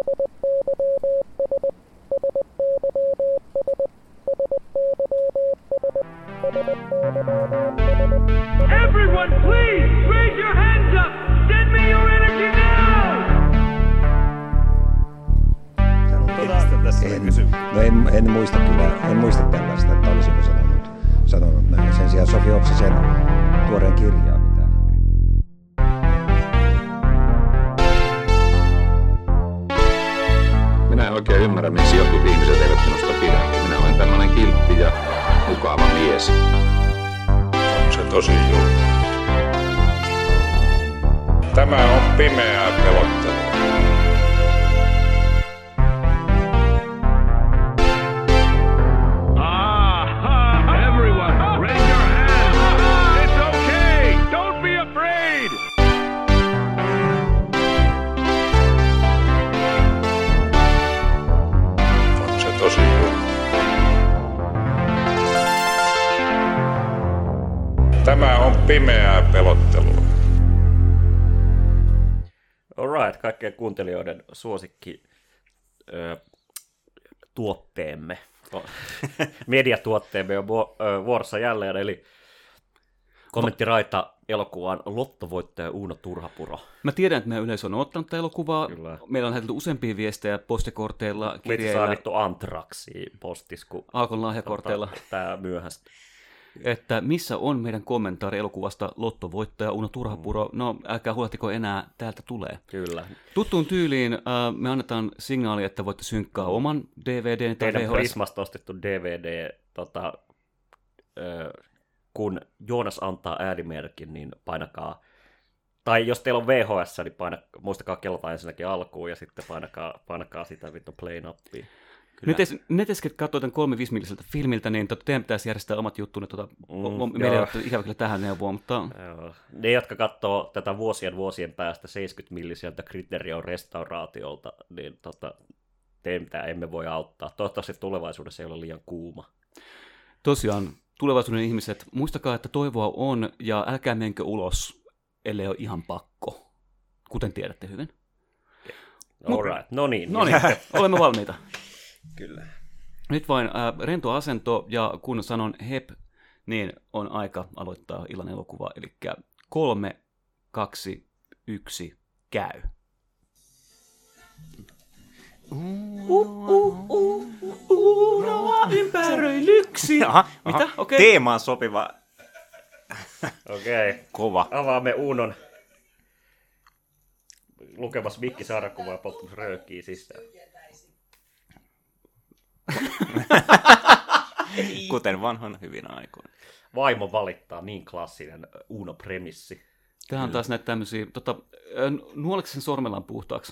Everyone, please raise your hands up. Send me your energy now. En muista kyllä, en muista tällaista, että olisiko sanonut näin. Sen sijaan Sofi Oksisen tuoreen kirjaa, mitä... Minä en oikein ymmärrä, miksi jotkut ihmiset eivät minusta pidä. Minä olen tämmöinen kiltti ja mukava mies. On se tosi juttu. Tämä on pimeää pelottelua. Tämä on pimeää pelottelua. Alright, kaikkien kuuntelijoiden suosikki tuotteemme, mediatuotteemme on vuorossa jälleen, eli kommenttiraita elokuvaan lottovoittaja Uuno Turhapuro. Mä tiedän, että meidän yleisö on ottanut tätä elokuvaa. Kyllä. Meillä on lähetetty useampia viestejä postikorteilla, kirjeillä. Meitä saa vittu antraksia postis, kun Alkon lahjakorteilla. Tää myöhästi. Että missä on meidän kommentaari elokuvasta lottovoittaja Uuno Turhapuro? No, älkää huolehtiko enää, täältä tulee. Kyllä. Tuttuun tyyliin me annetaan signaali, että voitte synkkää oman DVDn tai teidän VHS. Prismasta ostettu DVD, kun Joonas antaa äänimerkin, niin painakaa, tai jos teillä on VHS, niin muistakaa kelata ensinnäkin alkuun, ja sitten painakaa sitä vittu play-nappia. Nyt jos katsoo tämän 3-5-milliseltä filmiltä, niin teidän pitäisi järjestää omat juttunne. Meillä ei ole ikävä kyllä tähän neuvoa, mutta... Ne, jotka katsoo tätä vuosien päästä 70-milliseltä Criterion restauraatiolta, niin teitä emme voi auttaa. Toivottavasti tulevaisuudessa ei ole liian kuuma. Tosiaan, tulevaisuuden ihmiset, muistakaa, että toivoa on, ja älkää menkö ulos, ellei ole ihan pakko, kuten tiedätte hyvin. Alright, no niin. Olemme valmiita. Kyllä. Nyt vain rento asento, ja kun sanon hep, niin on aika aloittaa illan elokuva. Eli 3, 2, 1, käy. Unoa ympäröilyksi. Mitä? Okay. Teemaan sopiva. Okei. Kova. Avaamme Uunon lukemassa mikkisarjakuvaa ja polttamassa röökkiä sisään. Kuten vanhan hyvin aikoina. Vaimo valittaa, niin klassinen Uuno-premissi. Tämä on taas näitä tämmöisiä, nuoleeko sen sormellaan puhtaaksi?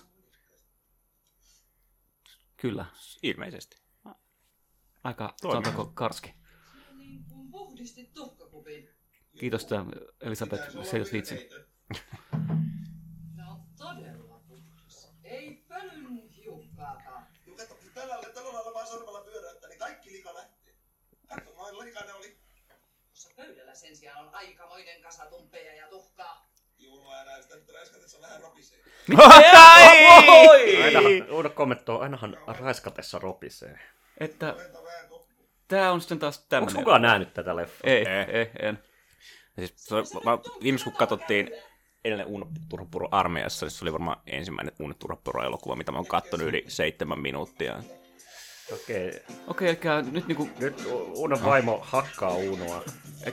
Kyllä. Ilmeisesti. Aika, sanotaanko karski. Kiitos tämä Elisabeth, se ei vitsi. No todella puhdas. Ei pölyn hiukkaakaan. Tällä lailla vaan sormella pyöräyttää, niin kaikki lika lähtee. Katso, noin likainen oli. Tuossa pöydällä sen sijaan on aikamoinen kasa tumpeja ja tuhkaa. Juunua ja näistä nyt räiskatessa vähän ropisee. Uuno kommentoi, ainahan raiskatessa ropisee. Että tää on sitten taas tämmönen. Onko kukaan nähnyt tätä leffaa? Ei, en. Siis, viimeis kun katsottiin edellinen Uuno Turhapuro armeijassa, se oli varmaan ensimmäinen Uuno Turhapuro-elokuva, mitä mä oon katsonut yli 7 minuuttia. Okei, eli nyt niinku... Nyt Uunon vaimo hakkaa Uunoa.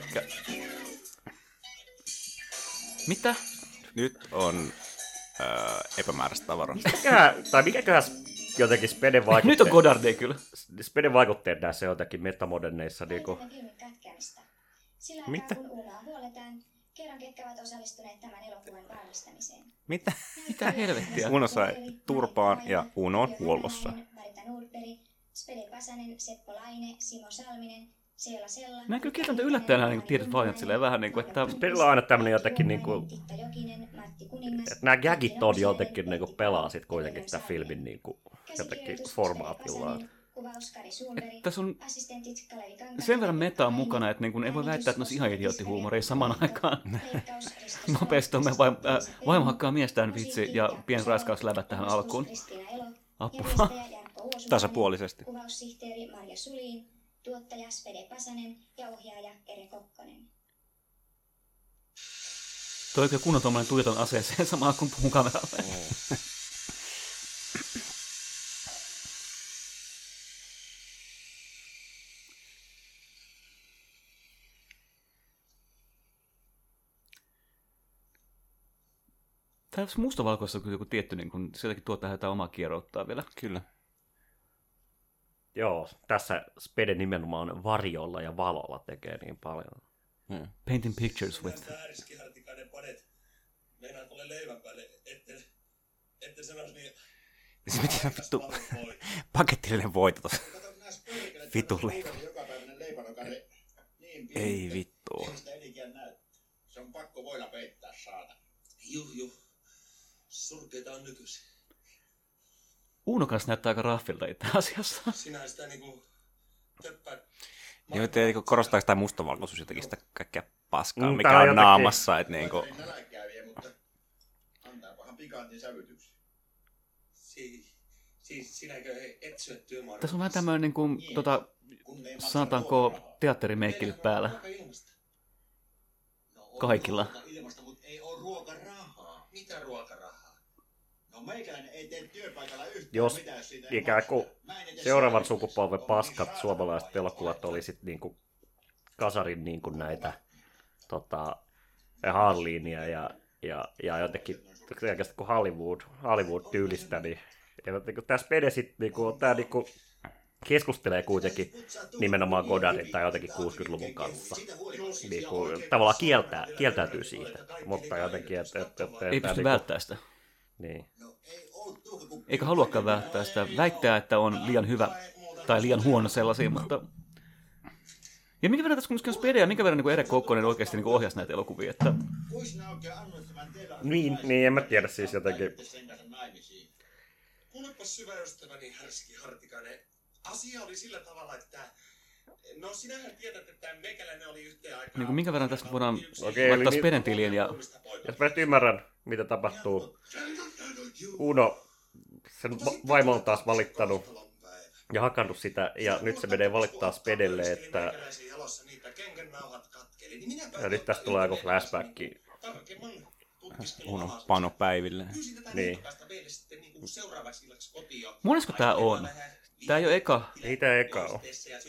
Mitä? Nyt on epämääräistä tavaraa. Mikäköhän jotenkin Speden vaikutteet... Nyt on Godardia kyllä. Speden vaikutteet näissä jotenkin metamoderneissa niinku... Mitä? Kerran ketkä ovat osallistuneet tämän elokuvan valmistamiseen. Mitä? Mitä helvettiä? Uuno sai turpaan ja Uuno on huollossa. Spede Pasanen, Seppo Laine, Simo Salminen, Seela Sella... Mä en kyllä kieltänyt yllättäen niin tiedät valinnat silleen vähän niin kuin, että... Spedellä on aina tämmönen jotenkin niinku... Että nämä gagit on jotenkin niinku pelaa sit kuitenkin tämän filmin niinku jotenkin formaatillaan. Tässä on sen verran metaa mukana, että niin ei voi väittää, että ne olisi ihan idioottihuumoria samaan aikaan. Nopeasti on vaimo hakkaa miestään vitsi ja pieni raiskauslävät tähän alkuun. Apua. Järjestäjä Jarkko Uosumainen, Tasapuolisesti. kuvaussihteeri Marja Sulin, tuottaja Spede Pasanen ja ohjaaja Ere Kokkonen. Toi on kyllä kunnon tuommoinen tuijoton aseeseen samaan kuin puhun kameralle. Tässä mustavalkoisessa on kyllä joku tietty, niin kun sieltäkin tuo tähän jotain omaa kierrouttaa vielä. Kyllä. Joo, tässä Spede nimenomaan varjolla ja valolla tekee niin paljon. Painting pictures with... Härskihartikainen panet. Meinaa tuolle leivän päälle, etten sanoisi niin... Vittu, pakettillinen voito tossa. Vitulle. Ei vittua. Se on pakko voida peittää, saada. Juh. Surkeita on nykyisin. Uno kanssa näyttää aika raffilta itse asiassa. Sinä sitä niinku... Töppäät. Joo, tietenkin korostaako tämä mustavalkoisuus jotenkin sitä kaikkea paskaa, mikä tää on jotenkin naamassa, että niinku... Ei nälkäviä, mutta antaapahan pikantin sävytyksiä. Siis sinäkö et syö työmaalla? Tässä on vähän tämmöinen, niin kuin, sanotaanko, teatterimeikki nyt päällä. Kaikilla. Ilmasta, mutta ei ole ruokarahaa. Mitä ruokarahaa? No meikäläinen ei tee työpaikalla yhtään Jos mitään, jos siitä ikään kuin seuraavan sukupolven paskat suomalaiset elokuvat oli sitten niinku kasarin niinku näitä Harliinia ja jotenkin kun Hollywood-tyylistä, niin tämä Spede sitten niinku, niinku keskustelee kuitenkin nimenomaan Godardin tai jotenkin 60-luvun kanssa. Niinku, tavallaan kieltäytyy siitä, mutta jotenkin... Ei pysty välttämään sitä. Niin. Eikä haluakaan välttää sitä. Väittää, että on liian hyvä tai liian huono sellaisia, mutta... Ja minkä verran tässä kumminkin on Spede ja minkä verran niin Ere Kokkonen oikeasti niin ohjasi näitä elokuvia, että... Niin, en mä tiedä siis jotenkin... Kuulepas syvä ystäväni Härski Hartikainen. Asia oli sillä tavalla, että... No sinähän tiedät, että meikäläinen oli yhteen aikaan... Niin kuin minkä verran tästä voidaan laittaa Speden tiliin ja... Jos mä nyt ymmärrän, mitä tapahtuu. Uno, sen vaimo on taas valittanut ja hakannut sitä, ja nyt se menee valittaa Spedelle, että... Ja nyt tästä tulee joku flashbacki. Uno panopäiville. Niin. Monesko tää on? Tää ei ole eka. Ei tää eka ole.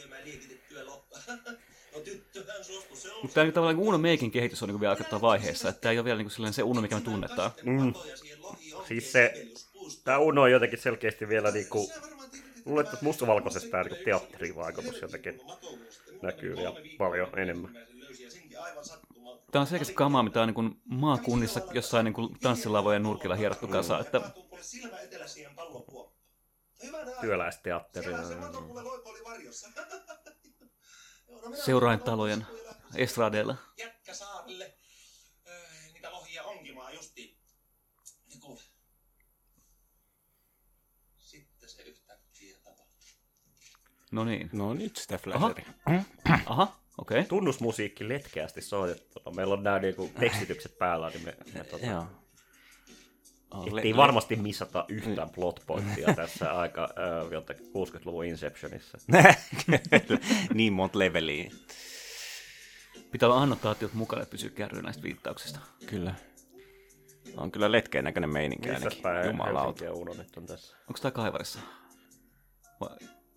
Mutta tää on tavallaan Uno Meikin kehitys on niin vielä aika vaiheessa, että tää ei ole vielä niin se Uno, mikä me tunnetaan. Siis tää Uno on jotenkin selkeästi vielä niinku... Luulen, että mustavalkoisesta niinku teatterivaikutus jotenkin näkyy vielä paljon enemmän. Tää on selkeästi kamaa, mitä on niin maakunnissa jossain niin tanssilavojen nurkilla hierottu kasaan, että... Työläisteatteri. Seuraintalojen estradeilla. Jätkäsaarille. Niitä lohia onkimaan justiin. Ja kuule. Sitten se yhtäkkiä tapahtui. No niin. No nyt sitä flasheri. Aha, okei. Okay. Tunnusmusiikki letkeästi soitettuna. Meillä on nämä niinku tekstitykset päällä, niin me Joo. Ettei varmasti missata yhtään plotpointtia tässä aika 60-luvun Inceptionissa. Niin monta leveliä. Pitää olla annotaatiot mukana, että pysyy kärryyn näistä viittauksista. Kyllä. On kyllä letkeen näköinen meininki ainakin. Missäs päin Jumalauta. Helsinki ja Uno nyt on tässä? Onko tää Kaivarissa? Vai?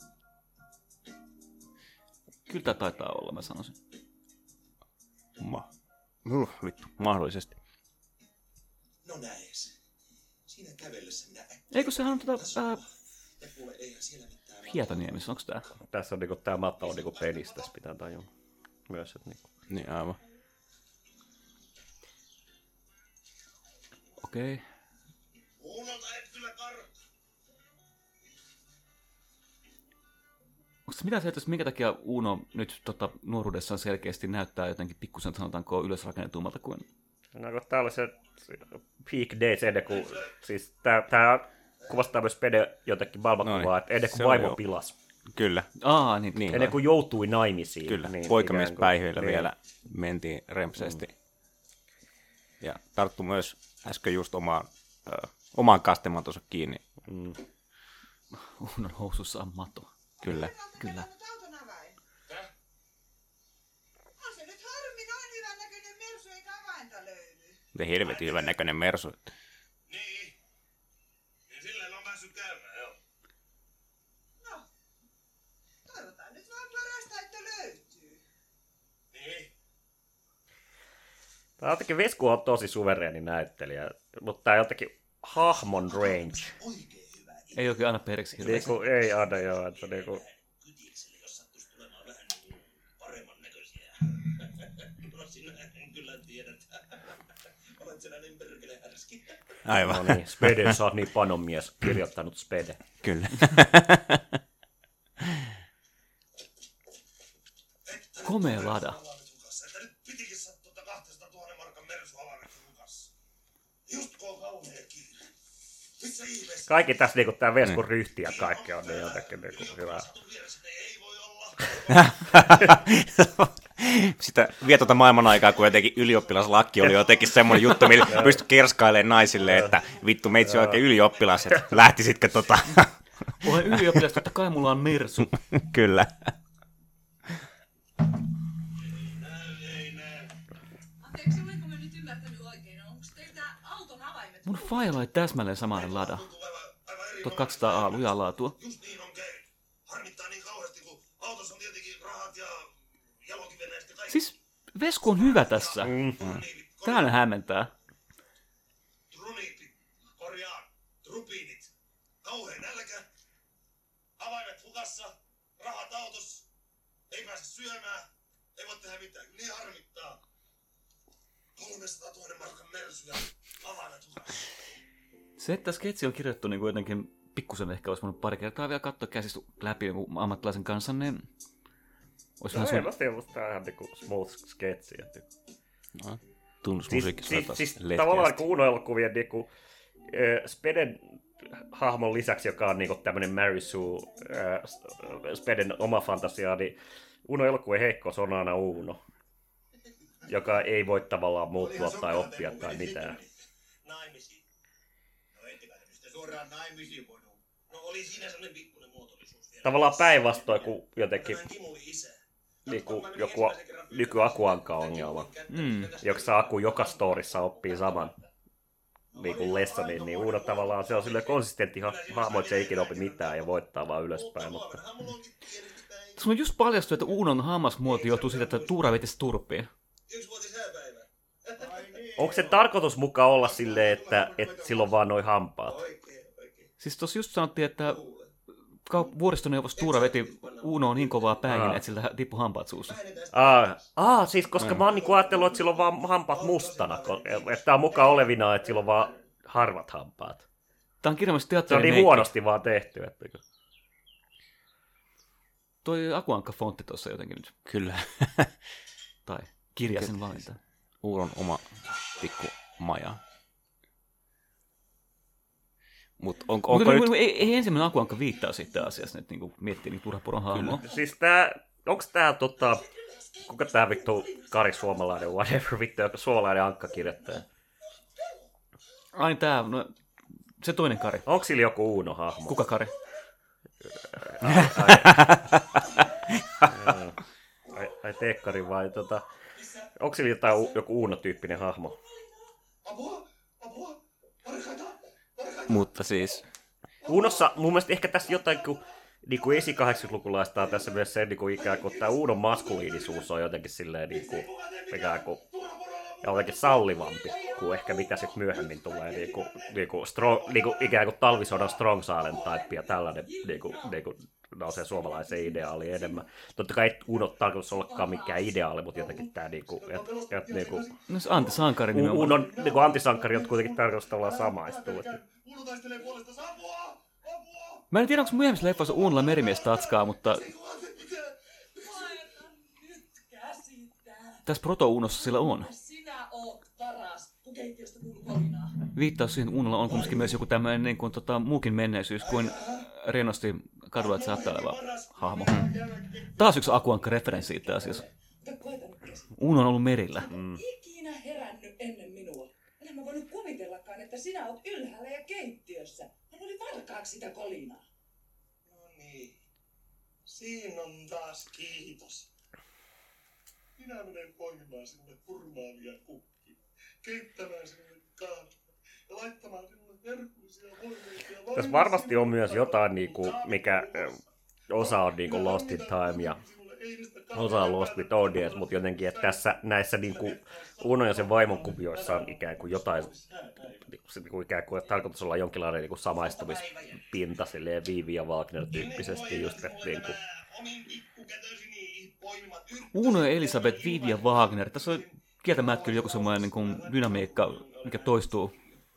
Kyllä tää taitaa olla, mä sanoisin. Vittu, mahdollisesti. No näes. Siinä kävellessä minä Eikö sehän on ja kuule, eihän siellä mitään... Hietaniemissä, onko tää? Tässä on niinku, tää matta on niinku pelissä, tässä pitää tajua myös, että niinku. Niin aivan. Okei. Unolta et kyllä kartta. Onko se mitään selitys, minkä takia Uno nyt nuoruudessaan selkeästi näyttää jotenkin pikkusen, sanotaanko, ylösrakennetummalta kuin... No kun tää oli se peak days ennen kuin, siis tää kuvastaa myös Spede jotenkin maailmankuvaa, että ennen kuin vaimo pilas. Kyllä. Niin. Ennen kuin joutui naimisiin. Kyllä, niin, poikamiespäihyillä niin. vielä mentiin rempseesti. Ja tarttu myös äsken just omaan kastemaan tuossa kiinni. Uunon housussa on mato. Kyllä. Kyllä. On se nyt harmi, noin hyvän näköinen mersu eikä avainta löydy. Se helvetin hyvän näköinen mersu. Niin. Ja silleen on päässyt käymään, joo. No, toivotaan nyt vaan parasta, että löytyy. Niin. Tää jotenkin Vesku on tosi suvereeni näyttelijä, mutta tää jotenkin hahmon range. Ei oikein anna periksi hirveästi. Niinku, ei anna joo, että niinku... Kytikselle, jos sattuisi tulemaan vähän niin kuin paremman näköisiä. No sinä kyllä tiedät. Olet sinä niin perkele härski. Aivan. No niin, Spede, sä oot niin panonmies, kirjoittanut Spede. Kyllä. Komea lada. Että nyt pitikin sattua 200 000 markan mersu avaimet hukassa. Just kun on kauhea kiire. Missä ihmeessä? Kaikki tässä niinku tää Veskun ryhti ja kaikki on niin jotenkin niinku hyvä. Ei voi olla. Sitä vie tuota maailman aikaa, kun jotenkin ylioppilaslakki oli jotenkin semmoinen juttu, millä pystyi kerskailemaan naisille, että vittu meitsi on oikein ylioppilas, että lähtisitkö tota... Olen ylioppilas, totta kai mulla on mersu. Kyllä. Anteeksi, olenko mä nyt ymmärtänyt oikein? Onko teiltä auton avaimet? Mun faila on täsmälleen samainen lada. 1200A lujaa laatua. Just niin on käynyt. Harmittaa niin kauheasti, kun autossa on tietenkin rahat ja jalokiveneistä kaikki. Siis Vesku on hyvä tässä. Tää hämmentää. Trupiinit. Kauhea nälkä. Avaimet hukassa. Rahat autossa. Ei pääse syömään. Ei voi tehdä mitään. Niin harmittaa. 300 000 markan mersuja. Avaimet hukassa. Se, että sketsi on kirjoittu niin jotenkin pikkusen ehkä olisi voinut pari kertaa vielä katsoa käsistä läpi jonkun ammattilaisen kanssa, niin olisi vähän Ei vasta tää ihan niinku smooth sketsi. No, tunnusmusiikissa siis tavallaan kuin Uno-elokuvien niinku, Speden hahmon lisäksi, joka on niinku tämmönen Mary Sue, Speden oma fantasia, niin Uno-elokuvien heikkous on aina Uno, joka ei voi tavallaan muuttua tai oppia tai mitään. Naimisiin. No ettekä nyt sitten suoraan naimisiin voinut. No oli siinä sellainen pikkuinen muotollisuus vielä. Tavallaan päinvastoin kuin jotenkin Tämän Kimuli isä. niinku joku nyky-Akuankka-ongelma, jossa Aku joka storissa oppii saman niinku lessonin, niin Uno tavallaan se on silleen konsistentti hahmo, että se ei ikinä opi mitään ja voittaa vaan ylöspäin. Mutta... Tässä on just paljastui, että Unon hammasmuoti johtuu siitä, että Tuura vetisi turpiin. Onko se tarkoitus mukaan olla silleen, että sillä on vaan noi hampaat? Siis tuossa just sanottiin, että vuoristoneuvos Tuura veti Unoon niin kovaa päähin, että siltä tippui hampaat suussa. Siis koska mä oon niinku ajatellut, että sillä on vaan hampaat mustana. Että tää on mukaan olevina, että sillä on vaan harvat hampaat. Tää on kirjallisesti Se on teatterin niin huonosti vaan tehty. Että... Toi Akuankka-fontti tuossa jotenkin nyt. Kyllä. Tai kirjasin valinta. Uuron oma pikku maja. Onko nyt... Ei ensimmäinen Akuankka viittaa siitä asiasta, että niinku miettii niin Turhapuron hahmoa. Siis onks tää kuka tää vittu Kari Suomalainen, whatever vittu, joka suomalainen Ankka-kirjoittaja? Ai tää, no se toinen Kari. Onko sillä joku Uno-hahmo? Kuka Kari? Ai Tekkari vai onko sillä joku Uno-tyyppinen hahmo? Mutta siis... Unossa, mun mielestä ehkä tässä jotain, kun niinku esi-80-lukulaista on tässä myös se, niinku ikään kuin tämä Unon maskuliinisuus on jotenkin silleen niinku, ikään kuin jotenkin sallivampi kuin ehkä mitä sitten myöhemmin tulee, niinku ikään kuin talvisodan Strongsaalen type ja tällainen niinku nousee suomalaisen ideaali enemmän. Totta kai ei Uno tarkoitus ollakaan mikään ideaali, mutta jotenkin tämä niinku, että niinku... No se antisankari nimenomaan. Unon niinku antisankari on kuitenkin tarkoitus tavallaan samaistua. Mä en tiedä, onko myöhemmissä leffoissa Unolla merimies tatskaa, mutta... Tässä proto-Unossa sillä on. Sinä oot paras. Pukeitiosta kuuluu kolinaa. Viittaus siihen Unolla on kumminkin myös joku tämmöinen niin kuin, muukin menneisyys kuin rennosti kadulla saatteleva hahmo. Taas yksi Akuankka-referenssi itse asiassa. Uno on ollut merillä. Ikinä herännyt ennen minua. Enhän mä voinut kuvitellakaan, että sinä oot ylhäällä ja keittiössä. Hän oli varkaaksi sitä kolinaa. Niin. Siinä on taas kiitos. Minä menen poimimaan sinulle purmaavia kukkia, keittämään sinulle kahvia ja laittamaan sinulle herkullisia voimeita. Tässä varmasti on myös jotain, niinku, mikä osa on niinku Lost in Time ja osa on Lost with Audience, mutta jotenkin, että tässä näissä niinku Uno ja sen vaimon kuvioissa on ikään kuin jotain, niinku ikään kuin, että tarkoitus olla jonkinlainen niinku samaistumispinta silleen Vivi ja Wagner-tyyppisesti just, että niinku. Uno ja Elisabeth, Vivi ja Wagner. Tässä on kieltämättä kyllä joku semmoinen niin kuin dynamiikka, mikä toistuu.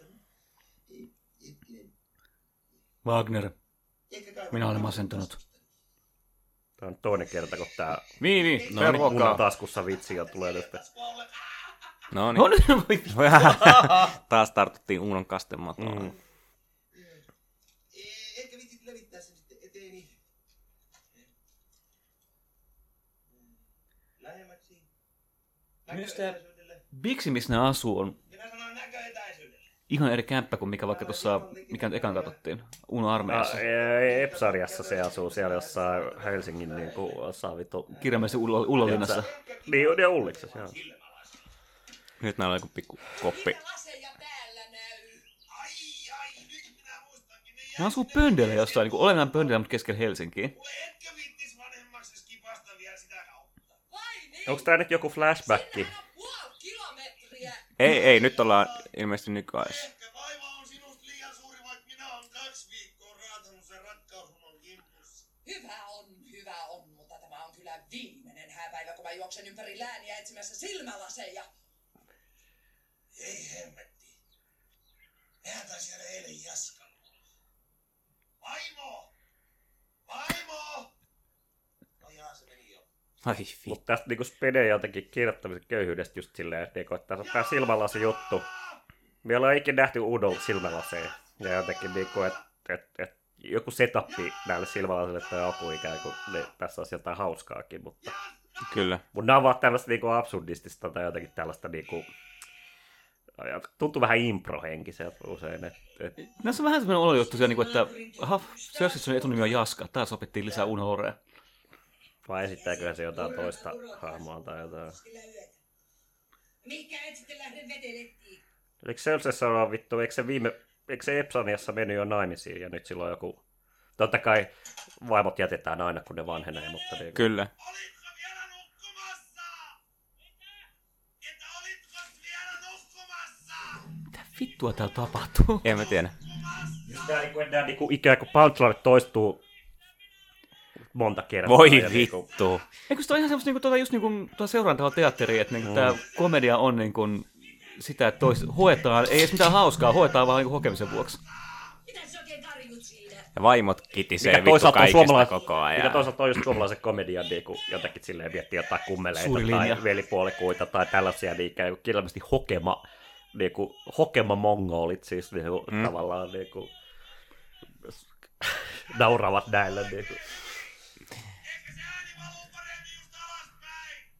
Wagner, minä olen masentunut. Tämä on toinen kerta, kun tämä Viivi, no Unon taskussa vitsi ja tulee nyt. No No niin. nyt, Taas tartuttiin Unon kastematoon. Ehkä vitit levittää sen sitten eteeni. Lähemmäksi. Myös tämä Biksi, missä ne asuu, on Minä sanon näköetäisyydelle. ihan eri kämppä kuin mikä vaikka tuossa, mikä nyt ekan katsottiin, Uno armeijassa. Epsariassa se asuu siellä jossain Helsingin niin kuin vittu. Kirjaimellisesti Ullolinnassa. Niin, ja Ulliksessa, joo. Nyt näillä on joku pikku koppi. Laseja täällä näy. Ai, nyt minä muistankin. Ne asuu Pöndeellä jossain, niin kuin Olenan Pöndeellä, mutta keskellä Helsinkiä. Kuule, etkö viittis vanhemmaksi skipasta vielä sitä kautta? Vai niin? Onko tää nyt joku flashbacki? Sinnehän on puoli kilometriä. Ei, nyt ollaan ilmeisesti nykyajassa. Ehkä vaiva on sinusta liian suuri, vaikka minä olen 2 viikkoa raatanut sen rakkausunon kimpussa. Hyvä on, mutta tämä on kyllä viimeinen hääpäivä, kun mä juoksen ympäri lääniä etsimässä silmälaseja. Ei hemmetti. Nehän taisi jäädä eilen Jaskan. Vaimo! No jaa, se meni jo. Ai vittu. Mutta tästä niinku Spede jotenkin kirjoittamisen köyhyydestä just silleen, että tässä on tää silmälasi juttu. Meillä on ikinä nähty Udolta silmälaseja. Ja jotenkin niinku, että joku setappi näille silmälasille tai joku ikään kuin tässä olisi jotain hauskaakin, mutta Kyllä. nämä on vaan tällaista niinku absurdistista tai jotenkin tällaista niinku, tuntuu vähän impro-henkiseltä usein. Näissä on vähän semmoinen olojuttu siellä, että Cerseissä etunimi on Jaska, taas opittiin lisää Uno Orea. Vai esittääkö se jotain toista hahmoa tai jotain. Mihinkä et sitten lähde vetelettiin? Eikö Cerseissä ole vittu, eikö se Epsaniassa mennyt jo naimisiin ja nyt silloin joku. Totta kai vaimot jätetään aina kun ne vanhenee, mutta niin. Kyllä. Olitko vielä nukkumassa? Että olitko vielä nukkumassa? Mitä vittua täällä tapahtuu? En mä tiedä. Nämä niinku ikään kuin punchline toistuu monta kertaa. Voi ja niinku, vittu. Eikö se ole ihan semmoista, niinku, just niin kuin tuo seurantalo teatteri, että niinku, tämä komedia on niin kuin sitä, että hoetaan, ei edes mitään hauskaa, hoetaan vaan niin hokemisen vuoksi. Mitä sä oikein karjut siinä? Ja vaimot kitisee mikä vittu toisaalta on kaikesta koko mikä ajan. toisaalta on just suomalaisen komedian niinku, jotenkin silleen miettii jotain kummeleita Suuri tai linja. velipuolikuita tai tällaisia niin ikään kuin kirjallisesti hokema mongolit siis niinku, tavallaan niinku, nauravat näille niinku. Ehkä se ääni valuu paremmin just alaspäin.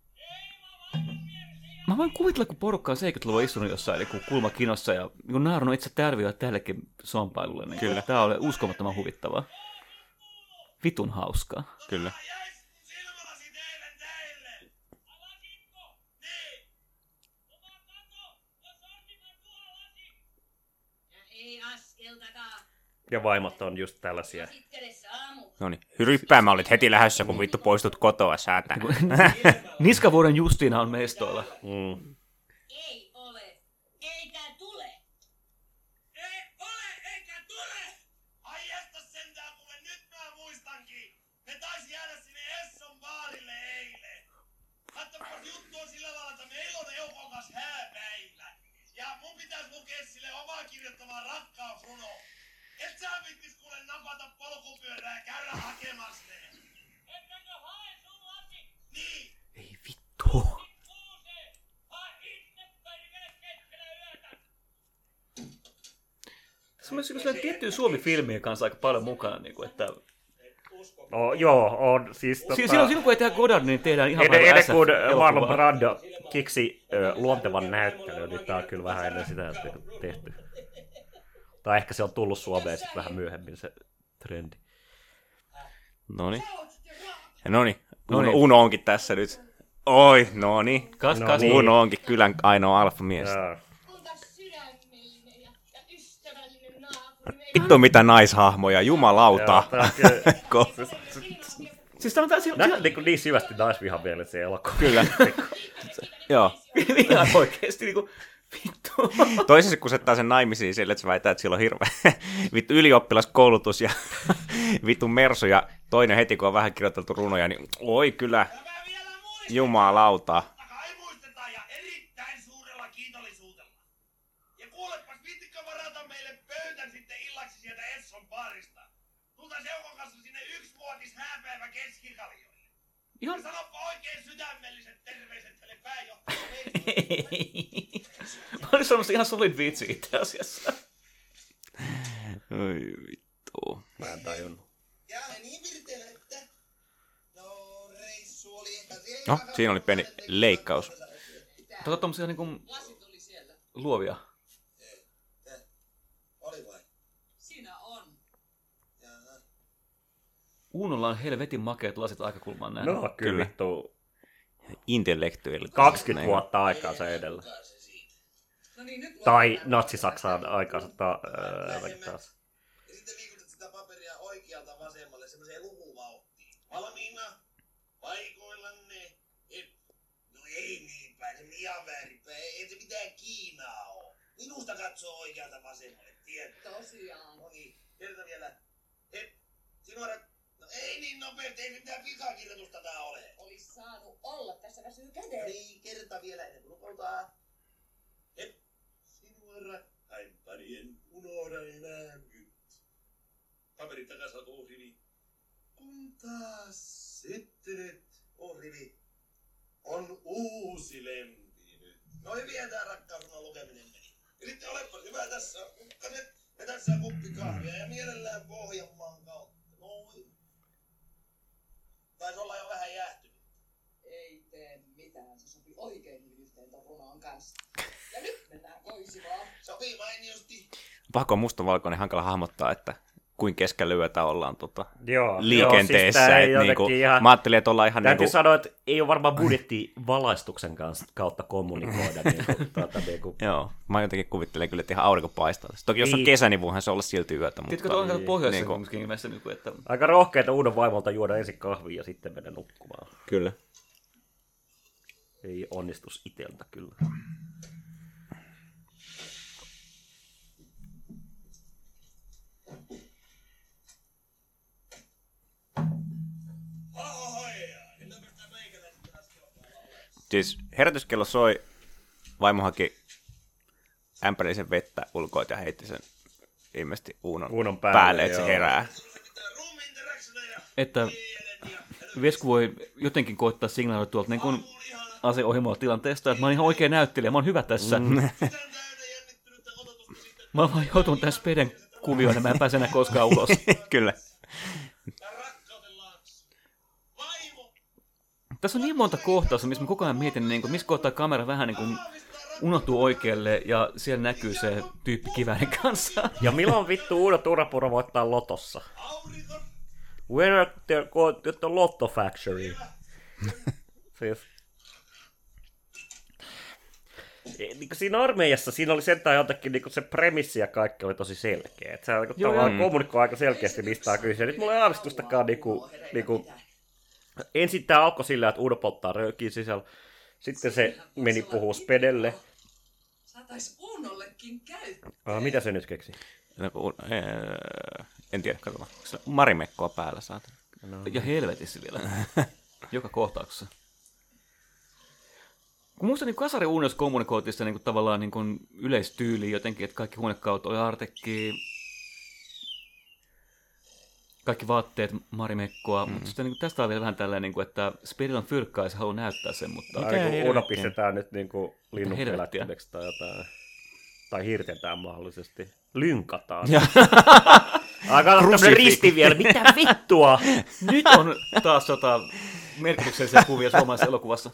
Mä voin kuvitella, kun porukka on 70-luvulla istunut jossain niin kulmakinossa ja niin naurunut itse tärviä tällekin sompailulle. Niin kyllä. Tää oli uskomattoman huvittavaa. Vitun hauskaa. Kyllä. Jäis mun silmälasi teille. Niin. Ei askeltakaan. Ja vaimot on just tällaisia. Kädessä aamu. Noniin. Ryppäämä olit heti lähdössä, kun vittu poistut kotoa säätään. Niskavuoden Justiina on mestoilla. Ei ole. Eikä tule. Ei ole eikä tule! Ai jästä sentään, kuule nyt mä muistankin. Ne taisi jäädä sinne Esson baarille eilen. Katsopas juttu on sillä lailla, että meillä on eukokas hääpäivä. Ja mun pitäis lukea sille omaa kirjoittamaa rakkausruno. Et sä vittis kuule napata polkupyörää ja käydä hakemassa ne. Ettekö hae sun lasi? Niin. Ei vittu. Se on myös sellainen tiettyjä Suomi-filmien kanssa aika paljon mukana, niin kuin, että Joo, on siis silloin kun ei tehdä Godard, niin tehdään ihan ennen SF kuin elokuvaa. Marlon Brando kiksi luontevan näyttelyn, niin tää on kyllä vähän ennen sitä tehty. Tai ehkä se on tullut Suomeen sitten vähän myöhemmin se trendi. Noniin. Uno onkin tässä nyt. Oi, noniin. Kas. Uno onkin kylän ainoa alfamies. Vittu mitä naishahmoja, jumalauta. Siis tämä on täysin... Niin syvästi naisvihan mielessä se elokuva. Kyllä. Joo. Ihan oikeesti niinku... Vittu. Toisessa kun settaa sen naimisiin sille, että se väitää, että sillä on hirveä vittu ylioppilaskoulutus ja vittu mersu ja toinen heti kun on vähän kirjoiteltu runoja, niin oi kyllä, jumalauta. Kai muistetaan ja erittäin suurella kiitollisuudella. Ja kuulepas, viittikö varata meille pöytän sitten illaksi sieltä Esson baarista? Tultais Eukon kanssa sinne 1-vuotis hääpäivä keskikaljoille. Ja sanoppa oikein sydämelliset terveiset tälle pääjohtajalle. Mä olin sanonut ihan solid vitsi itse asiassa. Oi vittu. Mä en tajunnut. Ja niin virteellä, että... No, reissu oli ehkä... No, siinä oli pieni leikkaus. Tätä tommosia niinku luovia. Oli vai? Siinä on. Uunolla on helvetin makeat lasit aikakulmaan näin. No kyllä vittu. Intellektuelli. 20 vuotta aikaansa edellä. No niin, nyt Tai Natsi-Saksaan aikaansa taas. Ja sitten liikutat sitä paperia oikealta vasemmalle semmoiseen lukuvauhtiin. Valmiina? Paikoillanne? No ei niin päin, se on ihan väärinpäin. Ei se mitään Kiinaa oo. Minusta katsoo oikealta vasemmalle, tiedät? tosiaan. No niin, kerta vielä. Sinuora... No ei niin nopeasti, ei se mitään pikakirjoitusta tää ole. Olis saanut olla, tässä väsyy No kädet. niin, kerta vielä ennen kuin lupautaan. Sinuora, äimpäri en unohda enää nyt. Paperin takas alkoi ohrivi. Kun taas settelet, ohrivi, on uusi lempi nyt. No hyviä tää rakkausuna lukeminen meni. Ja sitten olepas hyvä, tässä on kukkaset ja tässä on kuppi kahvia ja mielellään Pohjanmaan kautta. Noin. Taisi olla jo vähän jäähtynyt. Ei tee mitään, se sopii oikein hyvin yhteen ton runoon kanssa. Ja nyt mennään koisivaan. Sopii mainiosti. Pakko mustavalkoinen hankala hahmottaa, että kuin keskellä yötä ollaan Siis liikenteessä. tää ei Niinku, ihan... mä ajattelin, että ollaan ihan... Täytyy sanoa, että ei ole varmaan budjetti valaistuksen kautta kommunikoida. Niinku. Joo, mä jotenkin kuvittelen kyllä, että ihan aurinko paistaa. Toki jos on kesä, niin voihan se olla silti yötä. Tiedätkö, Mutta... että on pohjoisessa kumminkin nimessä, että... Aika rohkeita uuden vaimolta juoda ensin kahvia ja sitten mennä nukkumaan. Kyllä. Ei onnistus iteltä kyllä. Siis herätyskello soi, vaimo haki ämpärillisen vettä ulkoa ja heitti sen ilmeisesti uunon päälle, että se herää. Että Vesku voi jotenkin koittaa signaaloida tuolta niin kuin aseohjelmalla tilanteesta, että mä oon ihan oikea näyttelijä, mä oon hyvä tässä. Mä oon vaan joutunut tähän speden kuvioon ja mä en pääse enää koskaan ulos. Kyllä. Tässä on niin monta kohtausta, missä mä koko ajan mietin, niin kuin, missä kohtaa kamera vähän niin kuin unohtuu oikealle ja siellä näkyy se tyyppi kiväärin kanssa. Ja milloin vittu Uuno Turhapuro voittaa lotossa? Where the Lotto Factory? Siis. Siinä armeijassa siinä oli sentään jotenkin niin se premissi ja kaikki oli tosi selkeä. Että se niin tavallaan kommunikoi aika selkeästi mistä on kyse. Nyt mulla ei aavistustakaan niinku ensin tämä alkoi sillä, että Uuno polttaa röökiä sisällä. Sitten se meni puhuu Spedelle. Saatais Uunollekin käyttää. Mitä se nyt keksi? En tiedä, katsotaan. Marimekkoa päällä saat. No. Ja helvetissä vielä. Joka kohtauksessa. Kun musta niin Kasari Uunossa kommunikoitiin sitä niin tavallaan niin yleistyyliin jotenkin, että kaikki huonekaut oli Artekki, kaikki vaatteet Marimekkoa, mutta sitten niin tästä on vielä vähän tällainen, niin että Spedillä on fyrkkaa ja se haluaa näyttää sen, mutta... Uuno pistetään nyt niin linnun pelättyneeksi tai jotain. Tai hirtetään mahdollisesti. Lynkataan. Aika tämmöinen risti vielä. Mitä vittua? Nyt on taas merkityksellisiä kuvia suomalaisessa elokuvassa.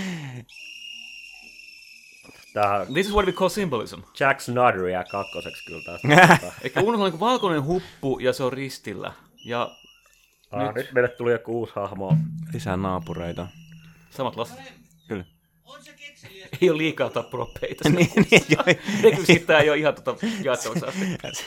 This is what we call symbolism. Jack Snyder jää kakkoseksi kyllä taas. Eikä Uunolla on niin valkoinen huppu ja se on ristillä. Ja Nyt meille tuli joku uusi hahmo. Lisää naapureita. Samat lasit. Kyllä. Ei ole liikaa tappuroppeita. niin, joo. Rekvisiittaa ei ole ihan jaettavaksi asti.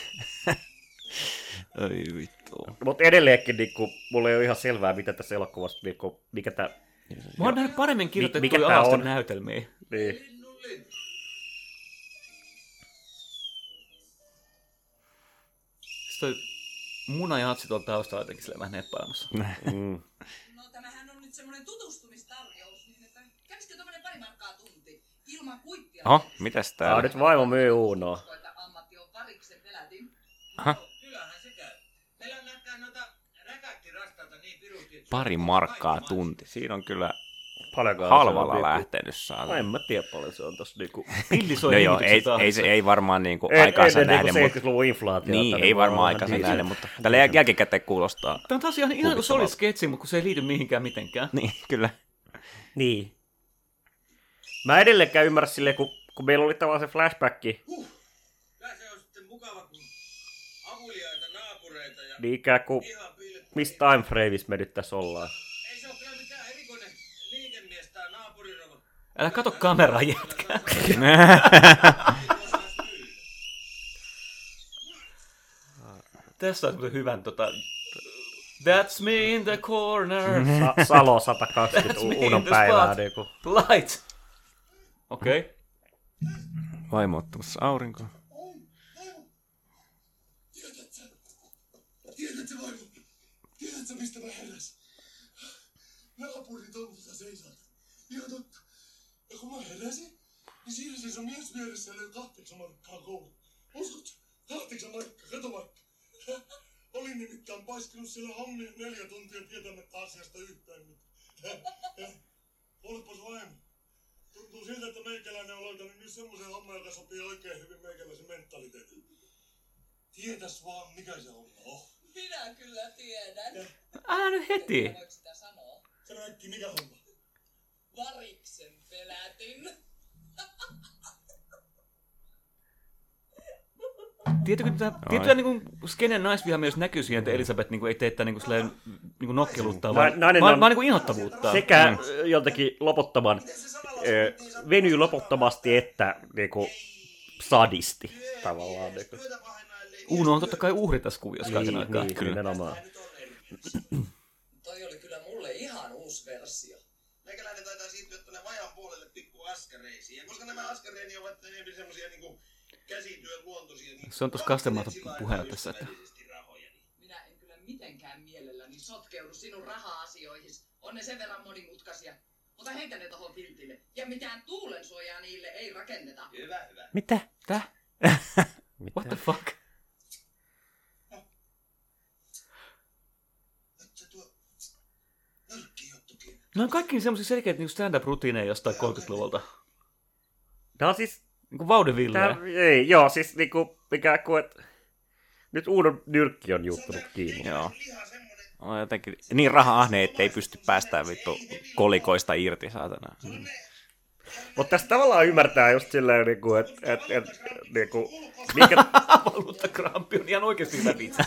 Oi vittu. Mutta edelleenkin niinku, mulla ei ole ihan selvää, mitä tässä elokuvassa, niinku, mikä tää... Mä oon nähnyt paremmin kirjoitettuja Mikä tää alasten on? näytelmiä. Niin. Sitten toi muna ja hatsi tuolla taustalla jotenkin silleen vähän neppailemassa. No tämähän on nyt semmoinen tutustumistarjous, niin että kävisikö tommonen pari markkaa tunti ilman kuittia? Oho, mitäs täällä? Nyt vaimo myy Unoa. Ammatti on pariksen pelätin. Aha. Kyllähän se käy. Meillä on nähkään noita räkäkkirastaita niin pirusti. Pari markkaa tunti. Siinä on kyllä Paljonko halvalla se on lähtenyt saada. En mä tiedä paljon se on tossa niinku... Pilli soi No joo, ei varmaan niinku aikaansa nähden, mutta... 70-luvun inflaatiota. Niin, ei varmaan aikaansa nähden, mutta tällä jälkikäteen kuulostaa. Tämä on taas ihan kuin solid sketsi, mutta kun se ei liity mihinkään mitenkään. Niin, kyllä. Niin. Mä edelleenkään ymmärrä silleen, kun meillä oli tavallaan se flashbacki, Kyllä se on sitten mukava, kun avuliaita naapureita ja niin ikään kuin, ihan piilet. missä time frameissa me nyt tässä ollaan. Ei se ole kyllä mikään erikoinen liikemies tää naapurirova. Älä kato kameraa, jätkää. Tässä on semmoisen hyvän That's me in the corner. Salo 120 That's me Unon in the päivää. spot. Niinku. Light. Okei. Okay. Vaimo ottamassa aurinkoa. Tiedätkö vaimo? Tiedätkö mistä mä heräsin? Naapurin tontilla seisaalta. Ihan totta. Ja kun mä heräsin, niin siinä seisoi mies vieressä ja löi 8 markkaa kouluun. Uskotko? 8 markkaa, kato vaikka. Olin nimittäin paiskinut siellä hommia 4 tuntia tietämättä asiasta yhtään mitään. Olepas vaimo. Tuntuu siltä, että meikäläinen on löytänyt nyt semmoisen homman, joka sopii oikein hyvin meikäläisen mentaliteetin. Tietäs vaan, mikä se homma on. Minä kyllä tiedän. Älä nyt heti. Voiko sitä sanoa? Sano äkki, mikä homma? Variksen pelätin. Tiettyä niinku skenen naisvihamies näkyy siihen, että Elisabeth niinku ei tee tätä niinku silleen niinku nokkeluttaa, vaan niinku inhottavuutta. Sekä joltakin loputtoman, venyy loputtomasti, että niinku sadisti tavallaan. Niinku. Uno on totta kai uhri tässä kuviossa kaiken aikaa. Niin, kyllä. Nimenomaan. Toi oli kyllä mulle ihan uusi versio. Meikäläinen taitaa siirtyä tuonne vajan puolelle pikku askareisiin. Ja koska nämä askareeni ovat enemmän semmosia niinku käsityön luontoisia, niin Se on tuossa Kastelmaata puheena tässä, että... Minä en kyllä mitenkään mielelläni sotkeudu sinun raha-asioihisi. On ne sen verran monimutkaisia. Mutta heitä ne tohon filtille. Ja mitään tuulensuojaa niille ei rakenneta. Hyvä. Mitä? Tää? What the fuck? Ne on kaikki semmosia selkeitä niinku stand-up-rutiineja jostain 30-luvulta. Tää on siis... Niinku vaudevilleä. Ei, joo, siis niinku, mikä kuin, että nyt Uudon nyrkki on juuttunut kiinni. Joo. On jotenkin niin raha-ahne, ettei pysty päästään vittu kolikoista irti, saatana. Mutta tässä tavallaan ymmärtää just silleen, niinku, että niinku, mikä... Valuuttakramppi on ihan oikeesti hyvä vitsi.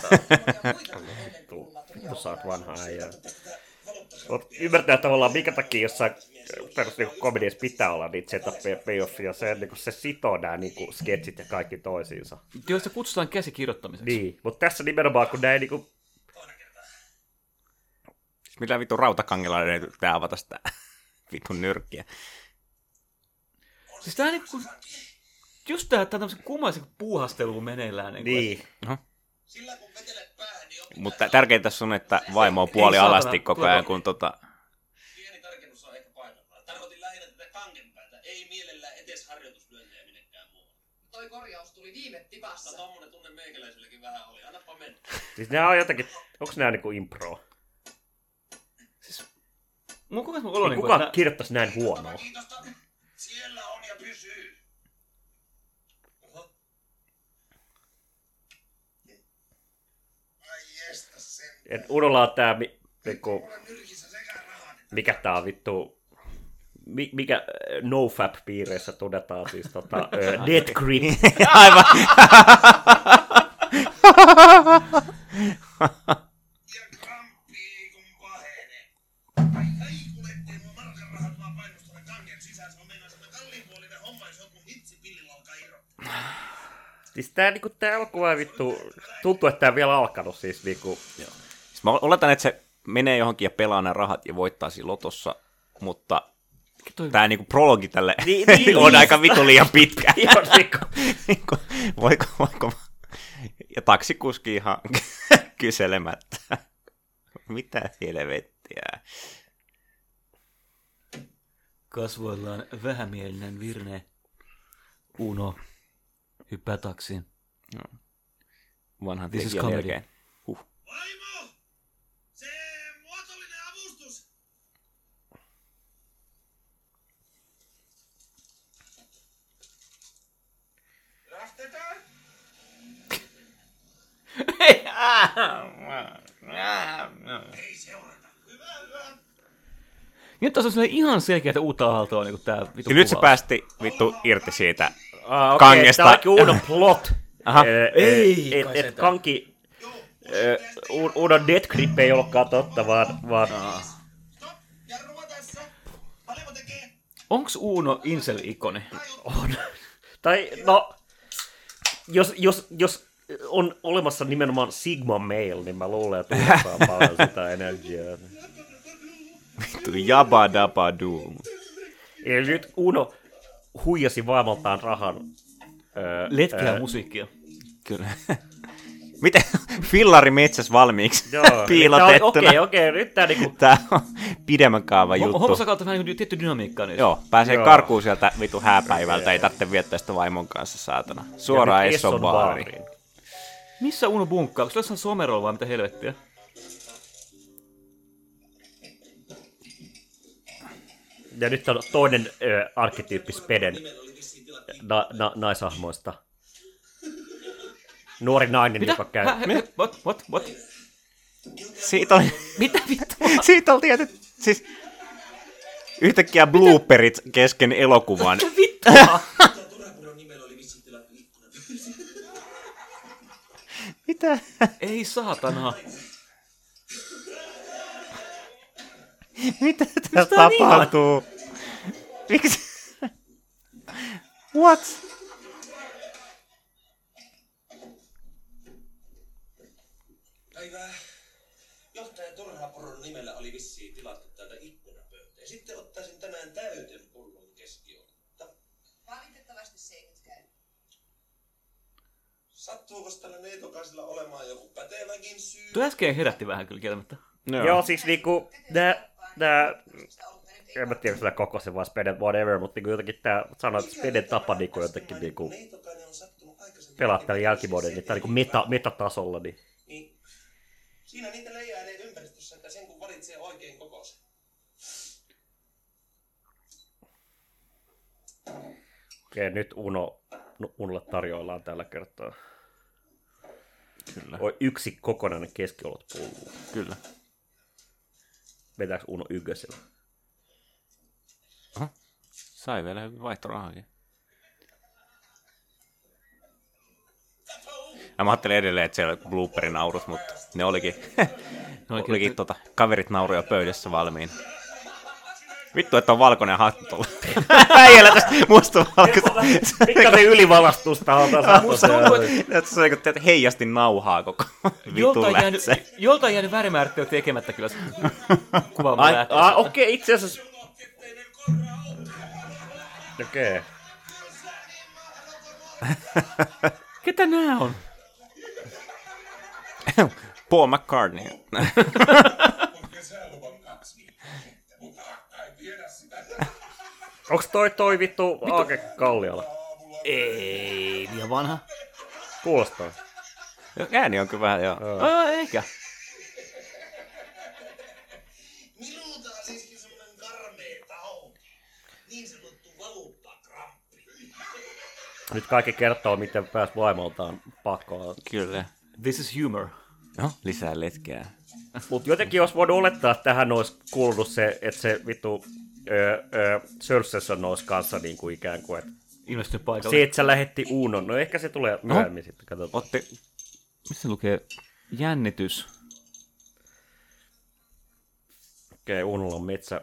Tuossa oot vanha äijä. Ymmärtää tavallaan, minkä takia jossain komediassa pitää olla niitä setupia ja payoffia. Se sitoo nämä niinku sketsit ja kaikki toisiinsa. Joista kutsutaan käsikirjoittamiseksi. Niin, mutta tässä nimenomaan, kun näin niinku... Millä vittu rautakangella pitää avata sitä vitun nyrkkiä. Siis tää niinku... Just tää tämmöisen kummallisen puuhasteluun meneillään. Niin. Sillä kun vetelet päähän, niin opit... Mutta tärkeintä tässä on, että vaimo on puoli alasti koko ajan, kun Pieni tarkennus on ehkä paikallaan. Tarkoitin lähinnä tätä kangenpäätä. Ei mielellään etes harjoituslyöntejä minnekään muualle. Toi korjaus tuli viime No tipassa. tommonen tunne meikäläiselläkin vähän oli. Annapa mennä. Siis nää on jotenkin... Onks nää niinku impro? Mun kukaan mun olo niinku... Kuka kirjoittaisi näin huonoa? Kiitosta. Siellä on ja pysyy. Oho. Ai jestä sen. Et Unolla on tää niinku... Mulla nyrkissä sekä rahat. Mikä tää on vittu... Mikä NoFap-piireissä tunnetaan siis dead grip. aivan. Ja kramppi joku vähän vittu, tuntuu, että tämä vielä alkanut siis niinku. Siis mä oletan, että se menee johonkin ja pelaa nämä rahat ja voittaa siinä lotossa, mutta tämä niinku prologi tälle on aika vittu liian pitkä. Voiko ja taksikuski ihan kyselemättä. Mitä helvettiä? Kasvoillaan vähämielinen Virne. Uno hyppää taksiin. No. Vanhan This is tekijän comedy. jälkeen. Vaimo! Se muotollinen avustus! Lähtetään! Ei seurata. Hyvä, hyvä. Nyt on sellainen ihan selkeä uutta aaltoa niin tää vittu Ja nyt se kuvaus. päästi vittu irti siitä Okei, kangesta. tää onkin Uno plot. Aha. Ei, kai Et sentään. kanki... Uno Death Grip ei ollutkaan totta, vaan Stop! Jarrua tässä! Paljonko tekee? Onks Uno incel-ikoni? on. Tai no, jos on olemassa nimenomaan Sigma Male, niin mä luulen, että Uno saa paljon sitä energiaa. Vittu jaba daba doom. Eli nyt Uno huijasi vaimoltaan rahan. Letkeä musiikkia. Kyllä. Miten? Fillari metsäs valmiiksi piilotettuna. Okei, nyt tää niinku... Tää on pidemmän kaavan juttu. Hommassa kautta vähän niin tietty dynamiikka. Niin. Joo, pääsee Joo. karkuun sieltä vitu hääpäivältä, ei tarvitse viettää sitä vaimon kanssa, saatana. Suoraan Ja nyt Esson baariin. Missä Uno bunkkaa? Onko se jossain Somerolla vai mitä helvettiä? Ja nyt on toinen arkkityyppi Speden naishahmoista. Nuori nainen, Mitä? joka käy... What? Siitä oli... Mitä vittua? Siitä oli tietyt... Siis... Yhtäkkiä blooperit kesken elokuvan. Vittua? Mitä? Ei saatana. Mitä tässä tapahtuu? Miksi? What? Päivää. Johtaja Turhapuron nimellä oli vissiin tilattu täältä ikkunapöytä. Ja sitten ottaisin tänään täyten pullon keskiolutta. Valitettavasti se ei nyt käy. Sattuuko tällä neitokaisella olemaan joku päteväkin syy? Tuo äsken herätti vähän kyllä kieltämättä. Joo, siis niinku... En mä tiedä, sitä koko se vaan Speden whatever, mutta niinku jotenkin tää sanoo, että Speden tapa niinku jotenkin niinku... Neitokainen on sattunut aikaisemmin. Pelaa täällä jälkivuoden, niin tää niinku metatasolla, niin... Niin. Siinä niitä leijailee ympäristössä, että sen kun valitsee oikein kokoisen. Okei, nyt Unolle tarjoillaan tällä kertaa. Kyllä. On yksi kokonainen keskiolut pullo. Kyllä. Vetääks Uno ykkösellä? Aha. Sai vielä hyvin vaihtorahakin. Ja mä ajattelin edelleen, että siellä oli blooperin naurut, mutta ne olikin, kaverit nauroja pöydässä valmiin. Vittu, että on valkoinen hattu tuolla. Äijällä tästä mustavalkoista. Mikä se ylivalastusta on tässä? Se on niin heijasti nauhaa koko vitun lätsä. Joltain jäänyt värimäärittely tekemättä kyllä kuvaamaan lähteessä. Okei, itse asiassa... Okei. Ketä nää on? Paul McCartney. Onks toi vittu Aake Kalliola? Ei, liian vanha. Kuulostaa. Ääni on kyllä vähän, joo. Eikä. Minulta on siiskin semmonen karmea tauti. Niin sanottu valuuttakramppi. Nyt kaikki kertoo, miten pääs vaimoltaan pakoon. Kyllä. This is humor. No, lisää letkeää. Mut jotenkin olisi voinut olettaa, että tähän olisi kuulunut se, että se vittu Sölsesson olisi kanssa niin kuin ikään kuin, että Ilmestynyt paikalle. se, että sä lähetti Unon, no ehkä se tulee myöhemmin sitten, katsotaan. Missä lukee jännitys? Okei, Unolla on metsä.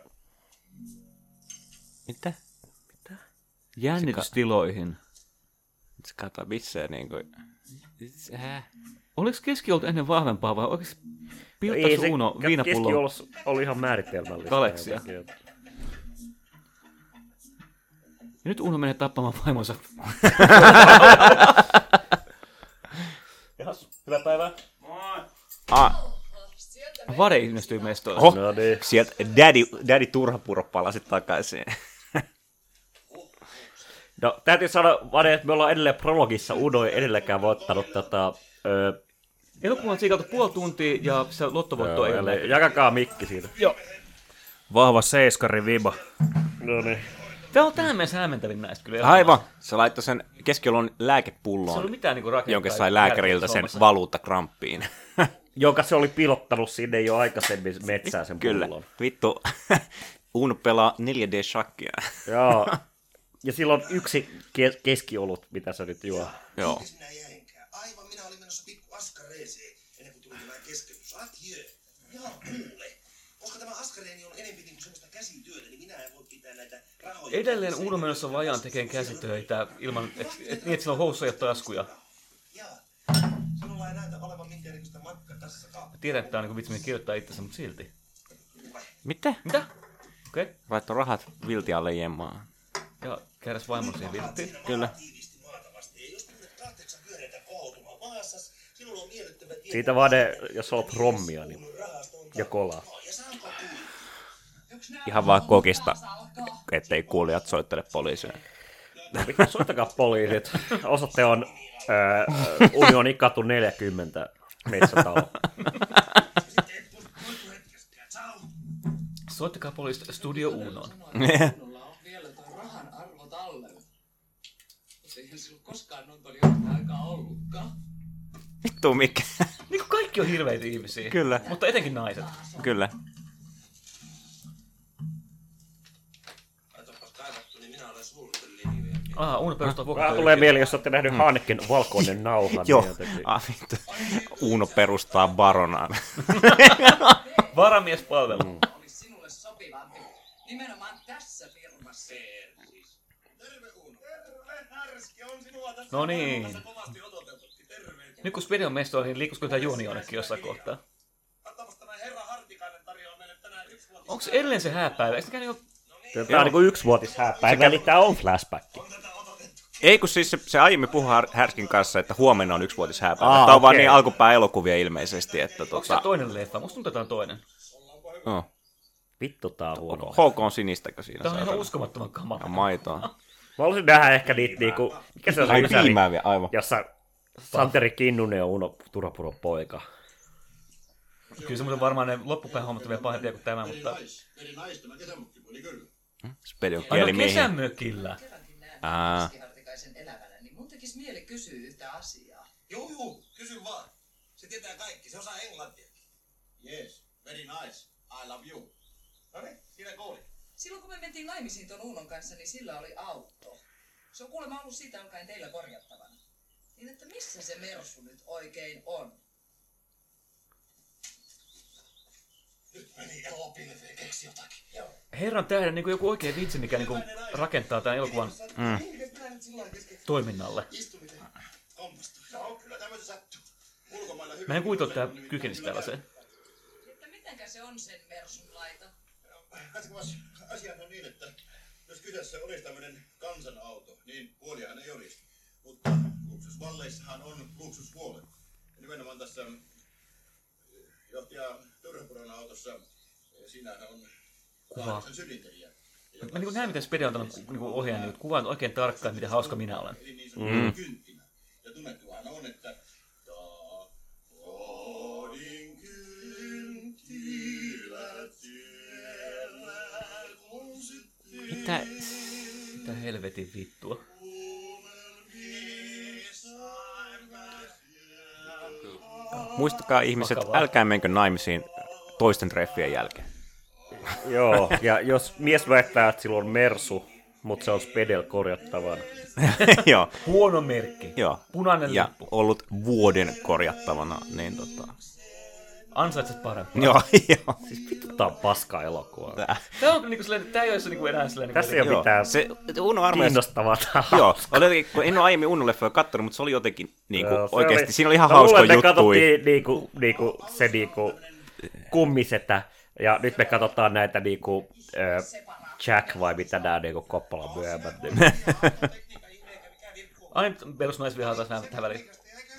Mitä? Jännitystiloihin. Se katsoo bissejä niin kuin... Oliko keskiolut ennen vahvempaa vai oikeasti Ei pilttas se Uno viinapullo keskiolossa oli ihan määritelmällistä. Galeksia. jotenkin. Ja nyt Uno menee tappamaan vaimonsa. Jahas, hyvää päivää. Vade ilmestyy mestoille. Oho, No niin. sieltä Daddy Turhapuro palasi takaisin. No, täytyy sanoa, Vade, että me ollaan edelleen prologissa. Uno ei edelleenkään voittanut Elokuva on siikautu puoli tuntia ja se lottovoitto ei ole. jakakaa mikki siitä. Joo. Vahva seiskari viba. No niin. Tämä on tähän mennessä hämmentävin näistä kyllä. Aivan. Se laittoi sen keskiolon Se ei lääkepulloon, ollut mitään niinku rakentaa. jonka sai lääkäriltä sen valuuttakramppiin. Jonka se oli pilottanut sinne jo aikaisemmin metsään sen Kyllä. pullon. Vittu. Uno pelaa 4D-shakkia. Joo. Ja silloin yksi keskiolut, mitä sä nyt juo. Joo. Sinä jäinkään. Aivan, minä olin menossa pikku askareeseen, ennen kuin tuli tämä keskeytys. Adieu. Jaa, kuule. Koska tämä askareeni on enemmän niin kuin semmoista käsityötä, niin minä en voi pitää näitä rahoja. Edelleen Uno menossa vajaan tekee käsitöitä ilman, niin että sillä on housuja ja taskuja. Jaa. Sinulla ei näytä olevan minkäännäköistä matkatassakaan. Mä tiedän, että tää on niinku vitsi kirjoittaa itsensä, mutta silti. Mitä? Mitä? Okei. Okay. Laittoi rahat viltialle jemmaan. Ja kääräs vaimon siihen vilttiin. Kyllä. Tiivisti maata vasten. Ja jos pyydät 8 pyöreitä kohoutumaan maassa, sinulla on miellyttävä tieto. Siitä Vade, jos olet rommia, niin ja kolaa. Ja saanko Ihan vaan kokista, ettei kuulijat soittele poliisille. Soittakaa poliisit. Osoite on Unionin katu 40 metsätalo. Soittakaa poliisit Studio Unoon. Minulla on vielä tuo rahan arvo tallella. Mutta eihän sillä koskaan noin paljon aikaa ollutkaan. Vittu mikä. Niin kuin kaikki on hirveitä ihmisiä. Kyllä. Mutta etenkin naiset. Kyllä. Laitapas kaivattu, niin minä olen suurten linjojen. Uno perustaa Vähän vuokratyötä. tulee mieleen, jos olette nähnyt Hanekin valkoinen nauha. Joo. Niin jotenkin. Vittu. Uno perustaa baronaan. Varamiespalvelu. Olisi sinulle sopivampi. Nimenomaan tässä firmassa. Terve Uno. Terve härski, on sinua tässä No niin. maailmassa kovasti odoteltukin. Terve. Nyt kun Spede on mestoilla, niin liikkuisiko tämä juoni jonnekin jossain kohtaa? Katsotaan tämä herra Hartikainen tarjoaa meille tänään 1 vuotis. Onko se edelleen se hääpäivä? Eikö se käynyt jo... Tämä on niin kuin yksivuotishääpäivä, eli tämä on flashback. Ei kun siis se aiemmin puhui Härskin kanssa, että huomenna on 1-vuotishääpäivä. Tämä on vaan okei. niin alkupää elokuvia ilmeisesti, että Onko se toinen leffa? Musta tuntuu, että tämä on toinen. No. Vittu, tää on huono. HK on sinistäkö siinä? Tämä on ihan saatana? uskomattoman Ja kamala. maitoa. Mä haluaisin nähdä ehkä niitä niinku... Mikä se on Ai se viimääviä, aivan. jossa Santeri Kinnunen on Uno Turhapuron poika. Kyllä semmoisen varmaan ne loppupään hommat on vielä pahempia kuin tämä, mutta... Veri naista, mä kesämukkipuoli kyllä. Spedi on Aina kielimiehiä. kesämökillä. Kerrankin näen Aa. Keskihartikaisen elävänä, niin mun tekisi mieli kysyä yhtä asiaa. Juu, kysy vaan. Se tietää kaikki, se osaa englantia. Yes, very nice. I love you. No niin, siinä kooli. Silloin kun me mentiin naimisiin ton Uunon kanssa, niin sillä oli auto. Se on kuulemma ollut siitä alkaen teillä korjattavana. Niin että missä se Mersu nyt oikein on? Nyt meni elopilveen, keksi jotakin. Joo. Herran tähden niin kuin joku oikea vitsi, mikä niin kuin rakentaa tämän elokuvan Mihinkäs minä nyt sillä lailla kesken toiminnalle. istumisen kompastuu? Joo, kyllä tämmöistä sattuu. Ulkomailla hyvin. Mä en kuvitella, että tämä kykenisi tällaiseen. Että mitenkä se on sen Mersun laita? Katsokas, asiat on niin, että jos kyseessä olisi tämmöinen kansanauto, niin huoliahan ei olisi. Mutta luksusvalleissahan on luksushuolet. Ja nimenomaan tässä johtaja Turhapuron autossa, siinähän on 8 sylinteriä. Mä niin näen, miten Spede on tämmöinen niin ohjaaja, niin kuvaan oikein tarkkaan, miten hauska minä olen. Eli niin sanottu kynttilä. Ja tunnettuahan on, että Kodin kynttilät siellä, kun sitten Mitä helvetin vittua. Muistakaa ihmiset, Vakavaa. älkää menkö naimisiin toisten treffien jälkeen. Joo, ja jos mies väittää, että sillä on Mersu, mutta se on Spedel korjattavana. Joo, Huono merkki. joo. Punainen Ja lippu. ollut vuoden korjattavana, niin Ansaitset parempaa. Joo. Siis vittu, tää on paska elokuva. Tää on niinku silleen, tää ei ole niinku enää silleen... Tässä ei ole mitään Se Uno Armeijassa... kiinnostavaa. Joo, oli jotenkin, kun en ole aiemmin Uno-leffoja katsonut, mutta se oli jotenkin niinku, Joo, se oikeasti, oli, siinä oli ihan hauskoja juttuja. Me katsottiin niinku kummisetä, ja nyt me katsotaan näitä niinku Jack vai mitä nää niinku Koppolan myöhemmät. Ai nyt perusnaisvihaa taas näin tähän väliin.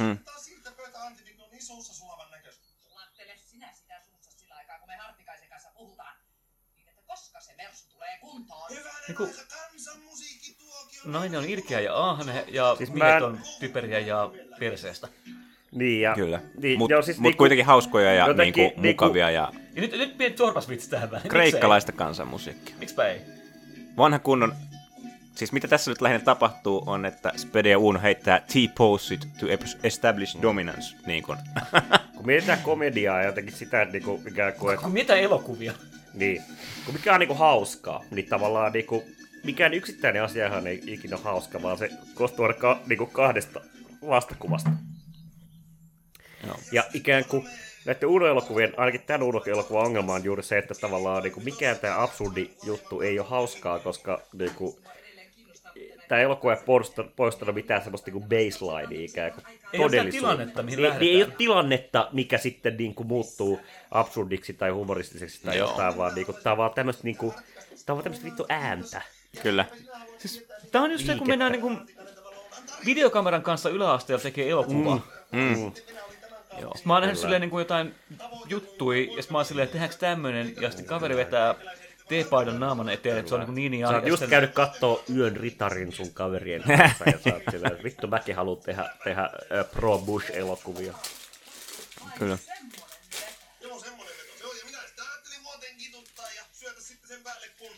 Sulattele sinä sitä suussa sillä aikaa, kun me Hartikaisen kanssa puhutaan. Niin, että koska se Mersu tulee kuntoon. Niinku... Nainen on ilkeä ja aahne, ja siis miehet on typeriä ja perseestä. Niin, ja... Kyllä, niin, mutta siis niinku, kuitenkin hauskoja ja jotenkin, mukavia ja... Ja nyt pieni torpasvitsi tähän väliin. Kreikkalaista kansanmusiikkia. Miksipä ei? Vanha kunnon... Siis mitä tässä nyt lähinnä tapahtuu on, että Spede ja Uno heittää T-pose to establish dominance, niin kuin. Kun mietitään komediaa ja jotenkin sitä, että niinku, ikään kuin... Kun mitä elokuvia? Niin. Kun mikä on niinku hauskaa, niin tavallaan niinku... Mikään yksittäinen asiahan ei ikinä ole hauska, vaan se koostuu niinku kahdesta vastakuvasta. Joo. Ja ikään kuin näiden Uno-elokuvien, ainakin tämän Uno-elokuvan ongelma on juuri se, että tavallaan niinku mikään tämä absurdi juttu ei ole hauskaa, koska niinku... Tämä elokuva ei poistanut mitään semmoista niinku baselinea ikään kuin todellisuutta. Ei ole tilannetta, mihin lähdetään. Ei ole tilannetta, mikä sitten niinku muuttuu absurdiksi tai humoristiseksi tai jotain, vaan niinku, tämä on vaan tämmöistä niinku, vittu ääntä. Kyllä. Siis, tämä on just se, kun mennään niinku videokameran kanssa yläasteella tekee elokuvaa. Joo. Sitten mä oon nähnyt silleen niinku jotain juttui, ja sitten mä oon silleen, että tehdäänkö tämmönen, ja sitten kaveri vetää teepaidan naaman eteen, että se on niin ja... Sä oot just käynyt kattoo Yön Ritarin sun kaverien kanssa, ja sä oot silleen, vittu mäkin haluan tehdä pro-Bush-elokuvia. Kyllä. Joo, semmonen veto. Joo, ja minä sitä ajattelin vuoteen kituttaa ja syötä sitten sen päälle kun...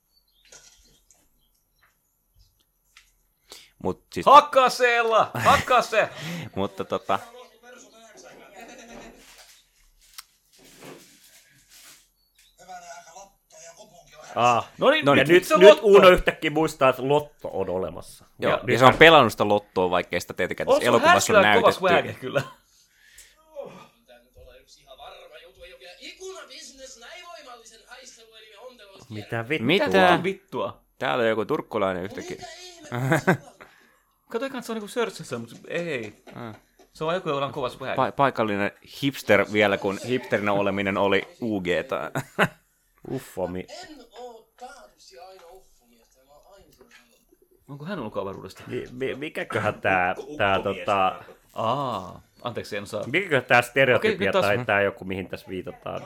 Mut siis... Hakkaa se, Ella! Hakkaa se! Mutta No niin, ja nyt Uno yhtäkkiä muistaa, että Lotto on olemassa. Joo, ja se on pelannut sitä Lottoa, vaikkei sitä tietenkään tässä elokuvassa on näytetty. Oletko häskyä kyllä? Tää nyt olla yksi ihan varma juttu, ei ole vielä ikunabisnes näin voimallisen haisteluelimen onteluista. Mitä vittua? Täällä on joku turkkulainen yhtäkkiä. Katsotaan, se on niinku sörtsessä, mutta ei. Se on joku, jolla on kova swag. Paikallinen hipster vielä, kun hipsterinä oleminen oli UG:ta. Uffomi. En oo taatusti aina uffomiestä, mä oon aina sanonut. Onko hän ollut avaruudesta? Mikäköhän tää anteeksi, en osaa. Mikäköhän tää stereotypia tai tää joku, mihin tässä viitataan?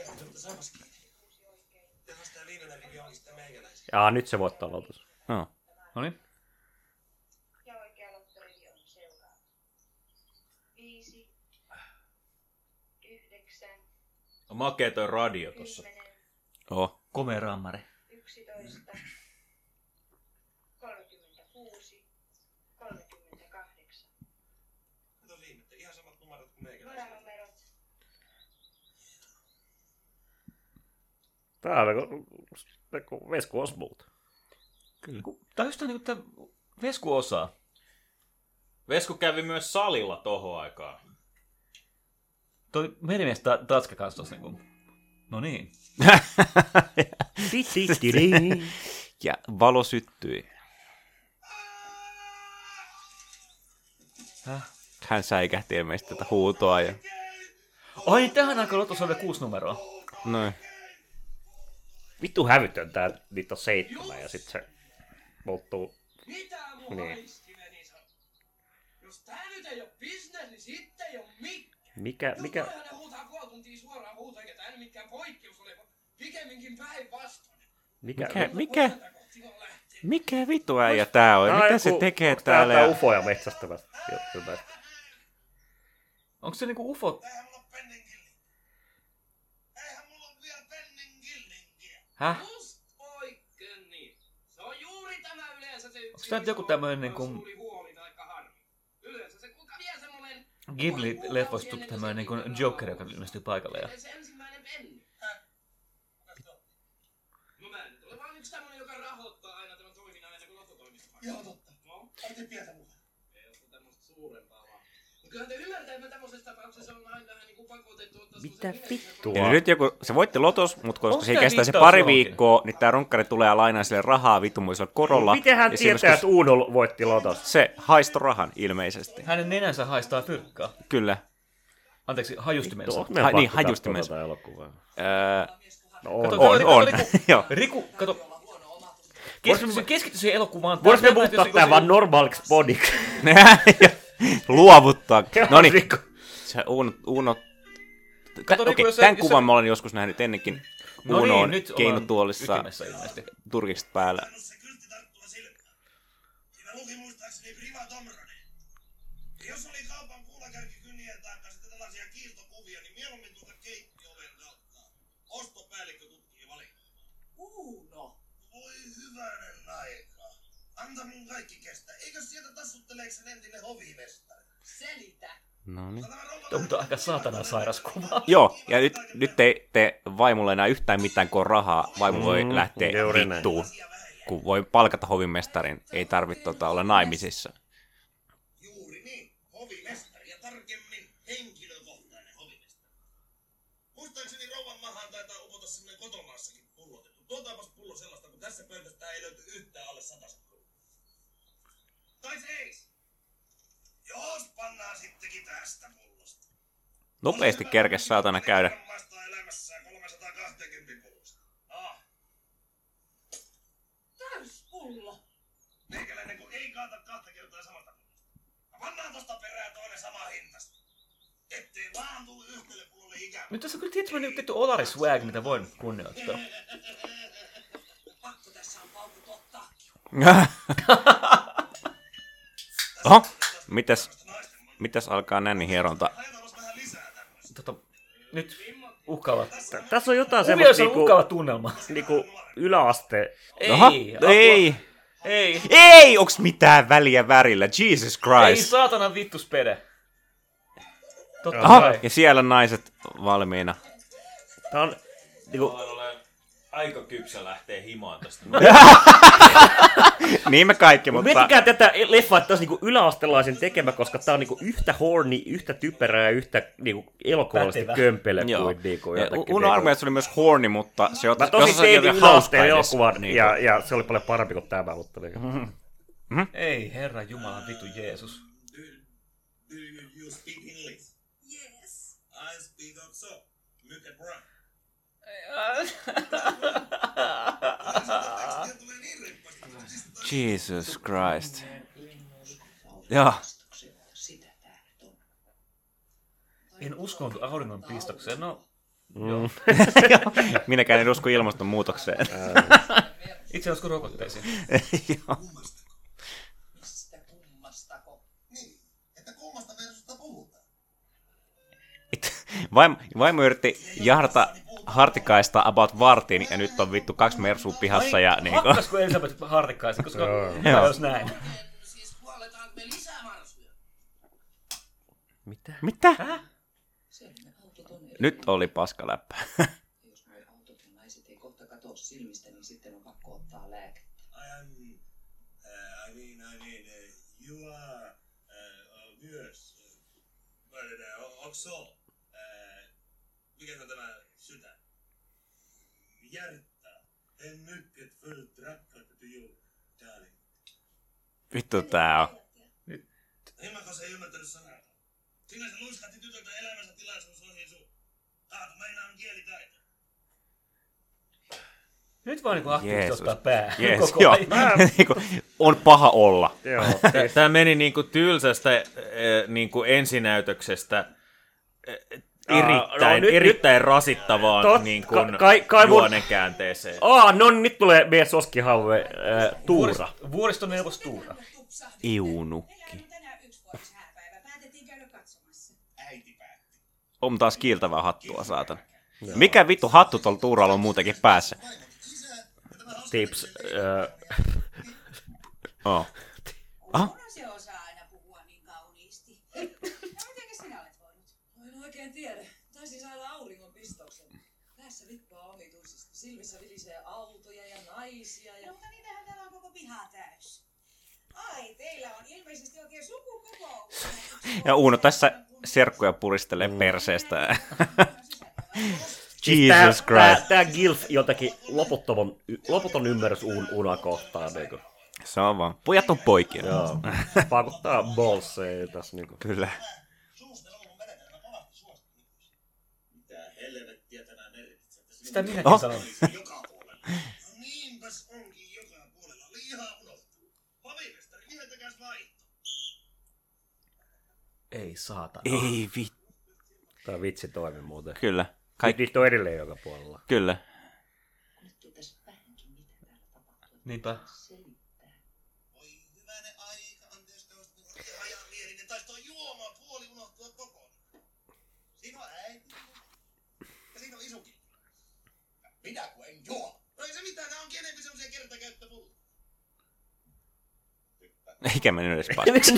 Nyt se voittaa lotus. Noniin. Ja oikea lottorivi on seuraava. 5, 9, Makee toi radio tossa. 10, Komea rammari. 11, 36, 38. Kato liimettä, ihan samat numerot kuin meikäläiset. Varanumerot. Tää on Vesku Osmold. Kyllä. Tää on just niinku tää Vesku osaa. Vesku kävi myös salilla tohon aikaan. Toi merimies Tatska kanssa tossa niinku... No niin. Ja valo syttyi. Hän säikähti ilmeisesti tätä huutoa. Ja... Ai, tähän aikaan Lotossa oli 6 numeroa. Noin. Vittu hävytön tää, niitä on 7 ja sit se muuttuu. Mitä mun haistimeni sanoo? Jos tää nyt ei oo business, niin sitten ei oo Mikä? Toihan ne huutaa puoli tuntia suoraan huutaa, eikä tää nyt mikään poikkeus ole, pikemminkin päinvastoin. Mikä vitu äijä tää on? Mitä se tekee täällä? Tää ufoja metsästävästä. Onko se niinku ufo? Eihän mulla oo penninkilli. Eihän mulla oo vielä penninkillinkiä. Häh? Just oikein niin. Se on juuri tämä yleensä se yksi. Onks tää nyt joku tämmönen niinku... Suuri huoli taikka harmi. Yleensä se kuka vie semmonen... Ghibli-leffoista tuttu tämmönen niinku Joker, joka ilmestyy paikalle ja... Se ensimmäinen penni. No mä en nyt ole vaan yksi tämmönen, joka rahoittaa aina tämän toiminnan ennen kuin lottotoimista. Joo, totta. Älkää pientä mukaan. Ei oo tämmöstä suurempaa vaan. Mut kyllähän te ymmärtää, että tämmöisessä tapauksessa on aina vähän niinku pakotettu ottaa Mitä vittua? Eli nyt joku, se voitti lotos, mutta koska Onks se tää kestää se viittaus pari johonkin? viikkoa, niin tää runkkari tulee ja lainaa sille rahaa vitumuisella korolla. Miten hän Ja tietää, silloin, että Uno voitti lotos? se haisto rahan ilmeisesti. Hänen nenänsä haistaa fyrkkaa. Kyllä. Anteeksi, hajustimensa. Niin, hajustimensa. No Kato, on. Joo. Riku, kato. Keskity siihen elokuvaan. Voisi me muuttaa tää vaan normaaliksi podiksi? Luovuttaa. No niin. Riku. Se Uno. Kato, Riku, Okei, jos tämän sä- kuvan mä olen joskus nähnyt ennenkin. No Uno niin, on nyt ollaan keinutuolissa ytimessä ilmeisesti. turkikset päällä. Se kyltti tarttua silmään. Siinä luki muistaakseni Priva Tomronen. Ja jos oli kaupan kuulakärkikynnien taakka sitten tällaisia kiiltokuvia, niin mieluummin tuota keittioven kautta. Ostopäällikkö tutkii valikoimaan. Uno. Voi hyvänen aika. Anta mun kaikki kestää. Eikö sieltä tassutteleeko sen entinen hovimestari? Selitä. No niin. Tuo on aika saatanan sairas kuva. Joo, ja nyt ei tee vaimolle enää yhtään mitään, kun on rahaa. Vaimo voi lähteä juuri näin. vittuun, kun voi palkata hovimestarin. Ei tarvitse olla naimisissa. Juuri niin. Hovimestari ja tarkemmin henkilökohtainen hovimestari. Muistaakseni rouvan mahaan taitaa upota semmoinen kotomaassakin pullotettu. Tuotaapas pullo sellaista, kun tässä pöntöstä ei löyty yhtään alle 100 kruunua. Tai seis. Jos pannaan sittenkin tästä pullosta. Nopeasti kerkes saatana käydä. Maistaa elämässään 320 pullosta. Täyspullo. Meikäläinen kun ei kaata 2 kertaa samasta pullosta. Pannaan tosta perään toinen sama hintasta. Ettei vaan tuu yhdelle pullolle ikävä. Nyt tässä on kyllä tietysti nyt Olari swag, mitä voin kunnioittaa. Pakko tässä on paukut ottaa. Oho, mitäs alkaa nänni hieronta? Nyt uhkaava. Tässä on jotain Kuvioissa semmoista on uhkaava tunnelma. niinku yläaste. Oho, ei. Ei, onks mitään väliä värillä? Jesus Ei Christ. saatana vittu spede. Totta Aha, kai. ja siellä naiset valmiina. Tää on niinku... Aika kypsä lähtee himaan tästä. Niin me kaikki, mutta... Miettikää tätä leffaa, että tämä olisi niinku yläastelaisen tekemä, koska tää on niinku yhtä horny, yhtä typerää ja yhtä niinku elokuvallisesti Pätevä. kömpele Joo. kuin niinku Ja jotakin. Uno armeijassa se oli myös horny, mutta se Mä otti tosi tein yläasteen elokuvan Niin ja se oli paljon parempi kuin tämä, mutta... Ei, herra jumala, vitu Jeesus. Do you speak English? Yes. I speak also. Mycket bra. Jesus Christ. Joo. En uskonut auringon pistokseen, no... Minäkään en usko ilmastonmuutokseen. Itse uskon rokotteisiin. Joo. Mistä kummastako? Niin, että kummasta versusta puhutaan. Vaimo yritti jahdata Hartikaista about vartin, ja nyt on vittu 2 mersua pihassa, ja niinku... Hakkasko Elisabeth Hartikaisen, koska Joo. jos näin. Siis puoletaanko me lisää marsuja? Mitä? Sen me autot on eri. Nyt oli paskaläppä. Jos nuo autot ja naiset ei kohta katoa silmistä, niin sitten on pakko ottaa lääkettä. I mean, you are myös. Också. Mikä se on tämä sydän? Hjärta. En mycket fullt rakkautta to you, darling. Vittu tää on. Himako se ei ymmärtänyt sanaa? Siinä se luiskahti tytöltä elämänsä tilaisuus ohi sun. Taatu meinaa on kielitaito. Nyt vaan niinku aktiivisesti Jeesus. ottaa pää. Jees, Koko joo. ajan. Niinku, on paha olla. Joo. Tämä meni niinku tylsästä niinku ensinäytöksestä erittäin rasittavaan niinku juonenkäänteeseen. No nyt tulee meidän soskihauve Tuura. Vuoristoneuvos Tuura. Iunukki. On taas kiiltävää hattua, saatan. Mikä vittu hattu tuolla Tuuralla on muutenkin päässä? Tips. Oh. Ah? Se osaa aina puhua niin kauniisti. Mitenkä sinä olet voinut? En oikein tiedä. Taisin saada auringon pistoksen. Päässä vippaa omituisesti. Silmissä vilisee autoja ja naisia ja... No, mutta niitähän täällä on koko piha täys. Ai, teillä on ilmeisesti oikein sukukokous. Ja Uuno tässä serkkuja puristelee perseestä. Jesus Christ. Tää Gilf jotenkin loputon ymmärrys unakohtaan. Niin se on vaan. Pojat on poikia. Joo. Pakuttaa bolseja tässä. Niin kyllä. Mitä helvettiä tämä merkitsee? Sitä minäkin sanon. Joka puolella. No niinpäs onkin joka puolella. Oli ihan unohtunut. Pavimestari, nimetäkääs vaihto. Ei saatana. Ei vittu. Tämä vitsi toimi muuten. Kyllä. Niitä on edelleen joka puolella. Kyllä. Niinpä. Oi hyvänen aika, anteeksi kausta, kun ajanmielinen taisi toi juoma puoli unohtua kokonaan. Siinä on äiti. Ja siinä on isukin. Minä kun en juo. No ei se mitään, nää onkin enemmän semmosia kertakäyttöpulloja. Eikä mennyt edes paskaksi.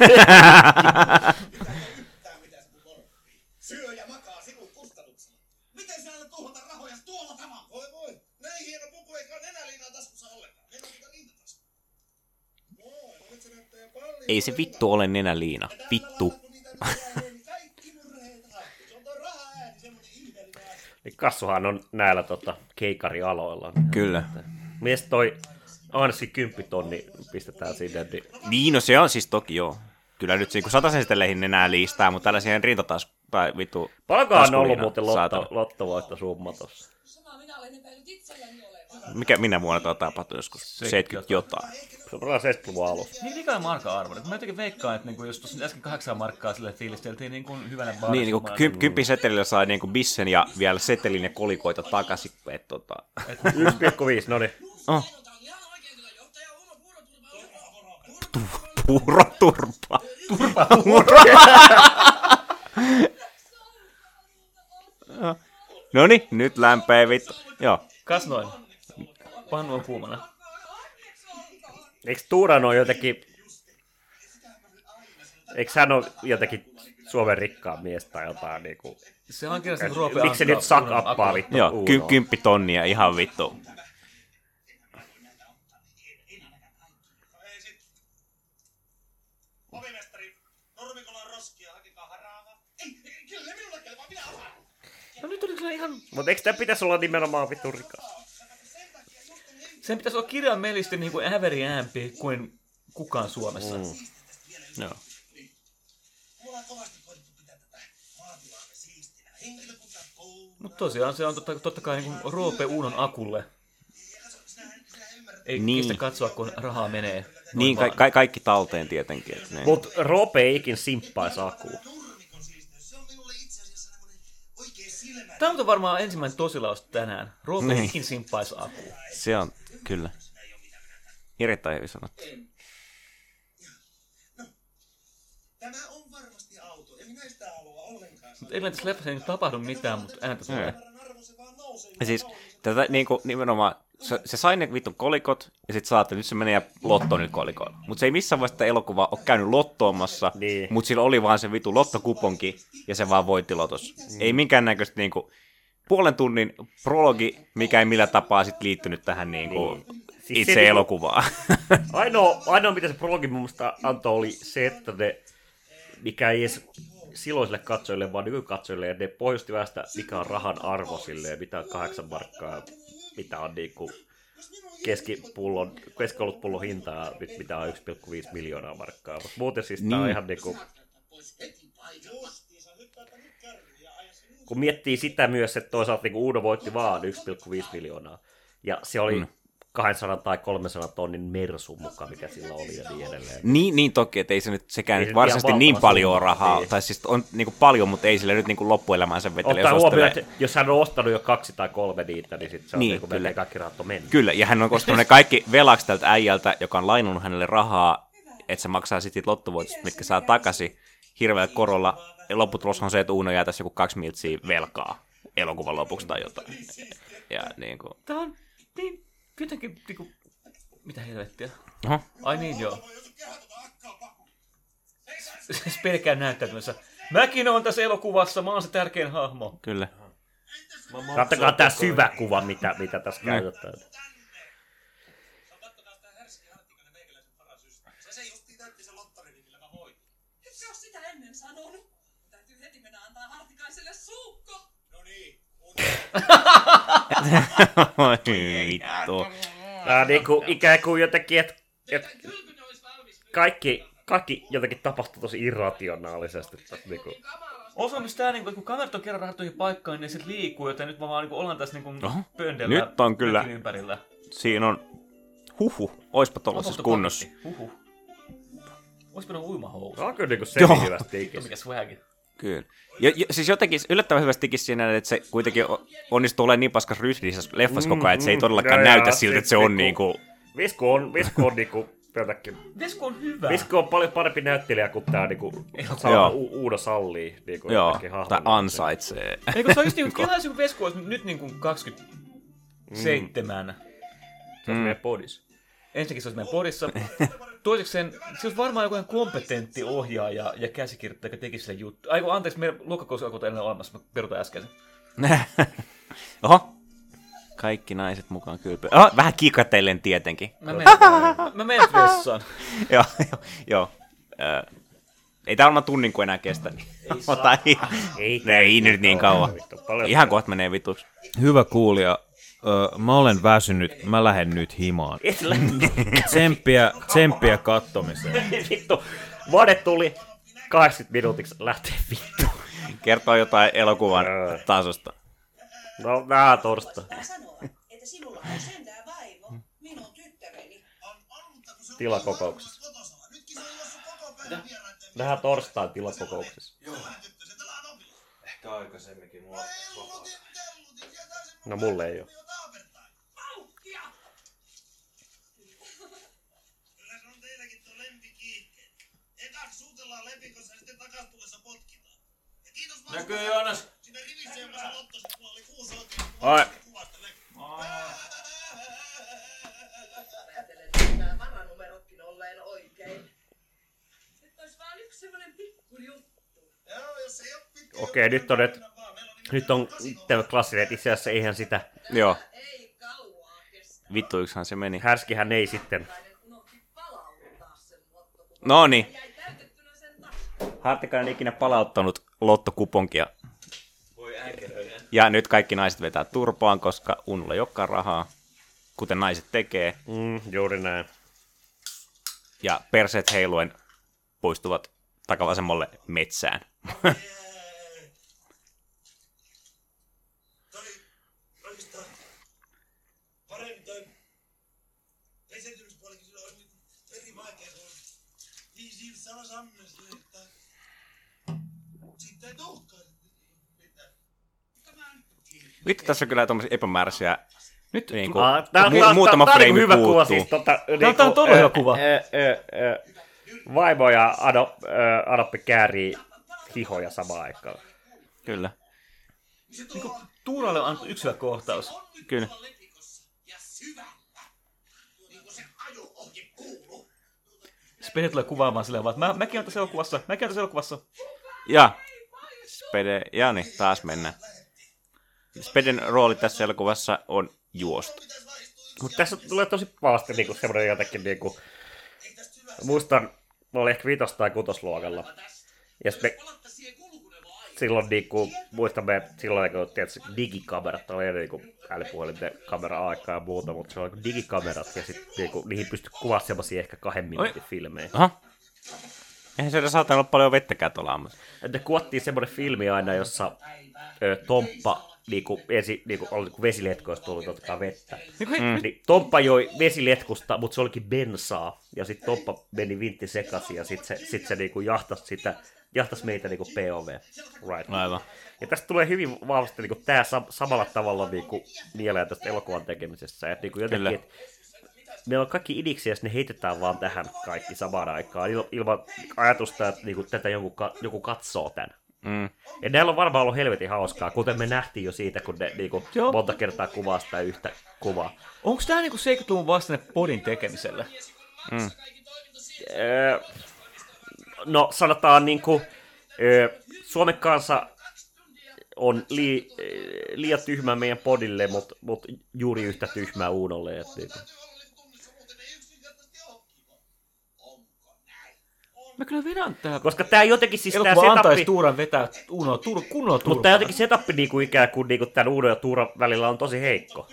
Syö ja makaa sinun kustannuksella. Miten sä alat tuhota rahoja tuolla tavalla? Voi. Näin hieno puku eikä ole nenäliinaa taskussa ollenkaan. Meillä on niitä rintatasku. No nyt se näyttää jo paljon. Ei se vittu ole nenäliina. Vittu. Kaikki murheet haettu. Se on toi raha-ääni semmonen ihmeellinen asia. Kassuhan on näillä keikarialoilla. Kyllä. Mies toi Anssi 10 tonni pistetään sinne. Niin, no se on siis toki joo. Kyllä nyt kun 100 setteleihin enää liistää, mutta tällaisia rintatasku tai vittu. Paljonkohan on ollut muuten lottovoitto-summa tossa? Sama minä olen epäillyt itselläni olevan. Mikä minä vuonna tuo tapahtui joskus? 70 jotain. Se on 70-luvun alussa. Mikä on markka-arvo? Mä jotenkin veikkaan, että jos tuossa äsken 8 markkaa sille fiilisteltiin niin kuin hyvänä Niin, baarisummana. niin 10 setelillä sai niin kuin bissen ja vielä setelin ja kolikoita takaisin. 1,5, no niin. Oh. Puuroturpa. Noniin, nyt lämpää vittu. Joo. Kas noin. Pannu on kuumana. Eikö Tuuran ole jotenkin... Eikö hän ole jotenkin Suomen rikkaan mies tai jotain niinku... Se on kirjassa Roope Miksi se nyt suck-uppaa vittu Joo, Uunoa? 10 tonnia ihan vittu. Pavimestari, Nurmikolan roskia, hakekaa haraavaa. Ei, kyllä ne minulle kelpaa, minä osaan. No nyt oliko se ihan... Mutta eikö tämä pitäisi olla nimenomaan vittu rikas? Sen pitäisi olla kirjaimellisesti niin kuin äveriäämpi kuin kukaan Suomessa. Joo. Mulla on kovasti koitettu pitää tätä maatilaamme siistinä. Henkilökunta koulua. Mutta tosiaan se on totta kai niin kuin Roope Uunon akulle. Ei kestä katsoa, kun rahaa menee. Niin, kaikki talteen tietenkin. Että niin. Mutta Roope ei ikin simppaisi Akua. Se on minulle itse asiassa semmonen oikein silmä. Tämä on varmaan ensimmäinen tosilaus tänään. Roope Niin. ikin simppaisi Akua. Se on, kyllä. Erittäin hyvin sanottu. Tämä on varmasti auto, ja minä en sitä halua ollenkaan. Mutta eilen tässä leffassa ei nyt tapahdu mitään, mutta ääntä tulee. Ja siis tätä niinku nimenomaan, se sai ne vittu kolikot, ja sit saatte, nyt se menee lottoon nyt kolikoilla. Mutta se ei missään vaiheessa sitä elokuvaa ole käynyt lottoomassa, Niin. mutta sillä oli vaan se vittu lottokuponki, ja se vaan voitti lotos. Ei minkäännäköistä niinku puolen tunnin prologi, mikä ei millään tapaa sit liittynyt tähän niinku Siis itse se elokuvaan. Ainoa mitä se prologi mun mielestä antoi oli se, että ne, mikä ei edes silloisille katsojille, vaan nykykatsojille, ja ne pohjusti vähän sitä, mikä on rahan arvo silleen, mitä on 8 markkaa, mitä on niinku keskiolutpullon hintaa, mitä on 1,5 miljoonaa markkaa. Mutta muuten siis tää on ihan niinku... Kun miettii sitä myös, että toisaalta niinku Uuno voitti vaan 1,5 miljoonaa, ja se oli 200 tai 300 tonnin Mersu mukaan, mikä sillä oli ja niin edelleen. Niin toki, että ei se nyt sekään Ei nyt se varsinaisesti ihan niin valtava paljon summa, rahaa, niin. tai siis on niinku paljon, mutta ei sille nyt niinku loppuelämäänsä vetele, Ottaa jos huomioon, ostelee. että jos hän on ostanut jo 2 tai 3 niitä, niin sitten se on Niin, niinku kyllä. melkein kaikki rahat on mennyt. Kyllä, ja hän on ostanut ne kaikki velaksi tältä äijältä, joka on lainannut hänelle rahaa, että se maksaa sitten loppuvoitosta, mitkä saa takaisin hirveällä korolla. Ja lopputulos on se, että Uuno jää tässä joku 2 miltsiä velkaa elokuvan lopuksi tai jotain. Ja niin kuin... Tämä on niin jotenkin niinku... Mitä helvettiä? Oho. Ai niin joo. Siis pelkään näyttäytymässä. Mäkin oon tässä elokuvassa, mä oon se tärkein hahmo. Kyllä. Katsokaa tää syvä kuva, mitä tässä käytetään. Se justiin täytti se lottorivi, millä mä voitin. Et sä oo sitä ennen sanonut. Täytyy heti mennä antaa Hartikaiselle suukko. No niin, Oi vittu. Tää niinku ikään kuin jotenkin, että kaikki jotenkin tapahtuu tosi irrationaalisesti. Niinku. Osa myös tää, niinku, kun kamerat on kerran rahattu johon paikkaan, niin sit liikkuu, joten nyt mä vaan niinku ollaan tässä niinku pöndellä Nyt on kyllä. ympärillä. Siinä on... oispa tollasessa kunnossa. Ois pitänyt uimahousu. Se on kyllä niinku semi-hyvästi ikis. Mikä swagi. Kyllä. Siis jotenkin yllättävän hyvästi ikis siinä, että se kuitenkin onnistuu olemaan niin paskas ryhdissä leffassa koko ajan, että se ei todellakaan näytä siltä, että se on niinku... Visku on niinku jotenkin... Visku on hyvä. Visku on paljon parempi näyttelijä kuin tää niinku Uudo sallii. Niinku joo, tai ansaitsee. Eikö se on just niinku, kelaisin kun Vesku olisi nyt niinku 27. Se olisi meidän podissa. Ensinnäkin se olisi meidän podissa. Toisekseen, se olisi varmaan joku kompetentti ohjaaja ja käsikirjoittaja, joka tekisi sille juttu. Aiku, anteeksi, meidän luokkakousikaukoita ei ole olemassa, mä perutan äsken. Oho. Kaikki naiset mukaan kylpyä. Vähän kiikatellen tietenkin. Mä menen vessaan. Joo. Ei tää varmaan tunnin kuin enää kestä. Niin. Ei nyt niin kauan. Ihan kohta menee vituksi. Hyvä kuulija. Mä olen väsynyt. Mä lähden nyt himaan. Tsemppiä kattomiseen. Vittu. Vade tuli 80 minuutiksi lähtee vittu. Kertoo jotain elokuvan tasosta. No, nää torstai. Että sinulla on sentään vaimo, minun tyttäreni. Tilakokouksessa. Nähdään torstain tilakokouksessa. Joo. Ehkä aikaisemminkin mulla on vapaata. No mulle ei oo. Kyllä se on teilläkin tuo lempikiihkeet. Ekaksi suutellaan lepikossa ja sitten takastulessa potkitaan. Ja kiitos vaan. Näkyy Joonas. Siinä rivissä, jonka sä lottosit, mulla oli 6 oikein. Ai. Kuvasta Ajattelen, että nämä varanumerotkin olleen oikein. Nyt olisi vaan yksi semmonen pikkujuttu. Joo, jos ei oo pitkä. Okei, nyt on tämä klassinen, että itse asiassa eihän sitä... Joo. Vittuiksihan se meni. Härskihän ei sitten... Noniin. Hartikainen ikinä palauttanut lottokuponkia. Ja nyt kaikki naiset vetää turpaan, koska Unulla ei olekaan rahaa, kuten naiset tekee. Juuri näin. Ja perseet heiluen poistuvat takavasemmalle metsään. Oikeastaan paremmin toi esiintymispuolikin sillä on eri vaikea. Niin siinä sana Sammes, että siitä ei tuhkaa mitään. Vittu, tässä on kyllä tommosia epämääräisiä. Nyt niinku, muutama frame hyvä puuttuu. kuva siis. Tää on todella hyvä kuva. Vaimo ja Adoppi käärii hihoja samaan aikaan. Kyllä. Niinku Tuuralle on annettu yksilö kohtaus. Kyllä. Spede tulee kuvaamaan silleen vaan, että mäkin olen tässä elokuvassa. Ja Spede, ja niin, taas mennään. Speden rooli tässä elokuvassa on juosta. Mutta tässä tulee tosi pahasti niinku semmoinen jotenkin niinku... Muistan, mä olin ehkä 5. tai 6. luokalla. Ja sitten silloin niinku, muistamme silloin, kun tietysti digikamerat oli niinku älypuhelinten kamera-aikaa ja muuta, mutta se oli niinku digikamerat ja sitten niinku, niihin pystyi kuvaamaan semmosia ehkä 2 minuutin filmejä. Aha. Eihän siellä saatana olla paljon vettäkään tuolla ammassa. Että kuvattiin semmoinen filmi aina, jossa Tomppa niinku vesiletkoista tuli totta vettä. Niin Tomppa joi vesiletkusta, mutta se olikin bensaa. Ja sitten Tomppa meni vintti sekaisin ja sit se niinku jahtasi meitä niinku POV. Right. Aivan. Ja tästä tulee hyvin vahvasti niinku tää samalla tavalla niinku mieleen tästä elokuvan tekemisessä. Että niinku jotenkin, et meillä on kaikki idiksi ja ne heitetään vaan tähän kaikki samaan aikaan ilman ajatusta, että niinku tätä joku katsoo tän. Ja näillä on varmaan ollut helvetin hauskaa, kuten me nähtiin jo siitä, kun ne niinku monta kertaa kuvaa sitä yhtä kuvaa. Onko tää niinku 70-luvun vastane podin tekemiselle? No sanotaan niinku, Suomen kanssa on liian tyhmää meidän podille, mut juuri yhtä tyhmää Uunolle. Niinku. Mä kyllä vedän tää. Koska tää jotenkin siis tää elokuva antaisi setup... Tuuran vetää kunnolla turpaa. Mutta tää jotenkin setup niinku ikään kuin niinku tän Uno ja Tuuran välillä on tosi heikko.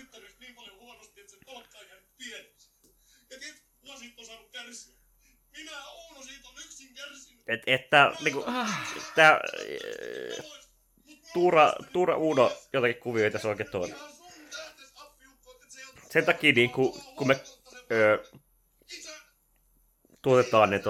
Että niinku tää Tuura Uno jotenkin kuvioita se oikein toinen. Sen takia niinku kun me tuotetaan ne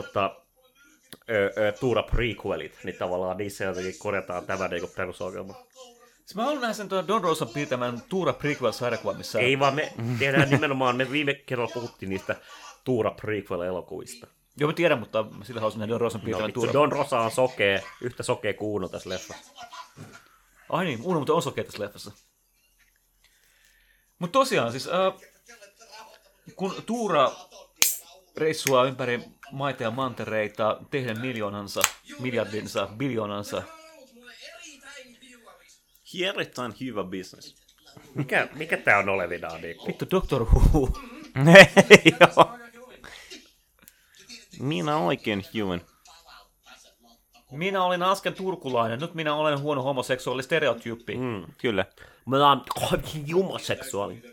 Tuura prequelit, niin tavallaan niissä jotenkin korjataan tämä niinku perusongelma. Mä haluan nähdä sen Don Rosan piirtämään Tuura prequel-sarjakuva, missä... Ei vaan me tehdään nimenomaan, me viime kerralla puhuttiin niistä Tuura prequel-elokuvista. Joo, mä tiedän, mutta mä sillä haluaisin nähdä Don Rosan piirtämään Tuura. Don Rosa on sokea, yhtä sokea kuin Uno tässä leffassa. Ai niin, Uno muuten on sokea tässä leffassa. Mutta tosiaan, siis kun Tuura reissuaa ympäri maita ja mantereita tehden miljoonansa, miljardinsa, biljoonansa. Erittäin hyvä business. Mikä tää on olevinaan? Niin vittu, Doctor Who. Joo. Minä oikein human. Minä olin äsken turkulainen, nyt minä olen huono homoseksuaali stereotyyppi. Kyllä. Minä olen homoseksuaali.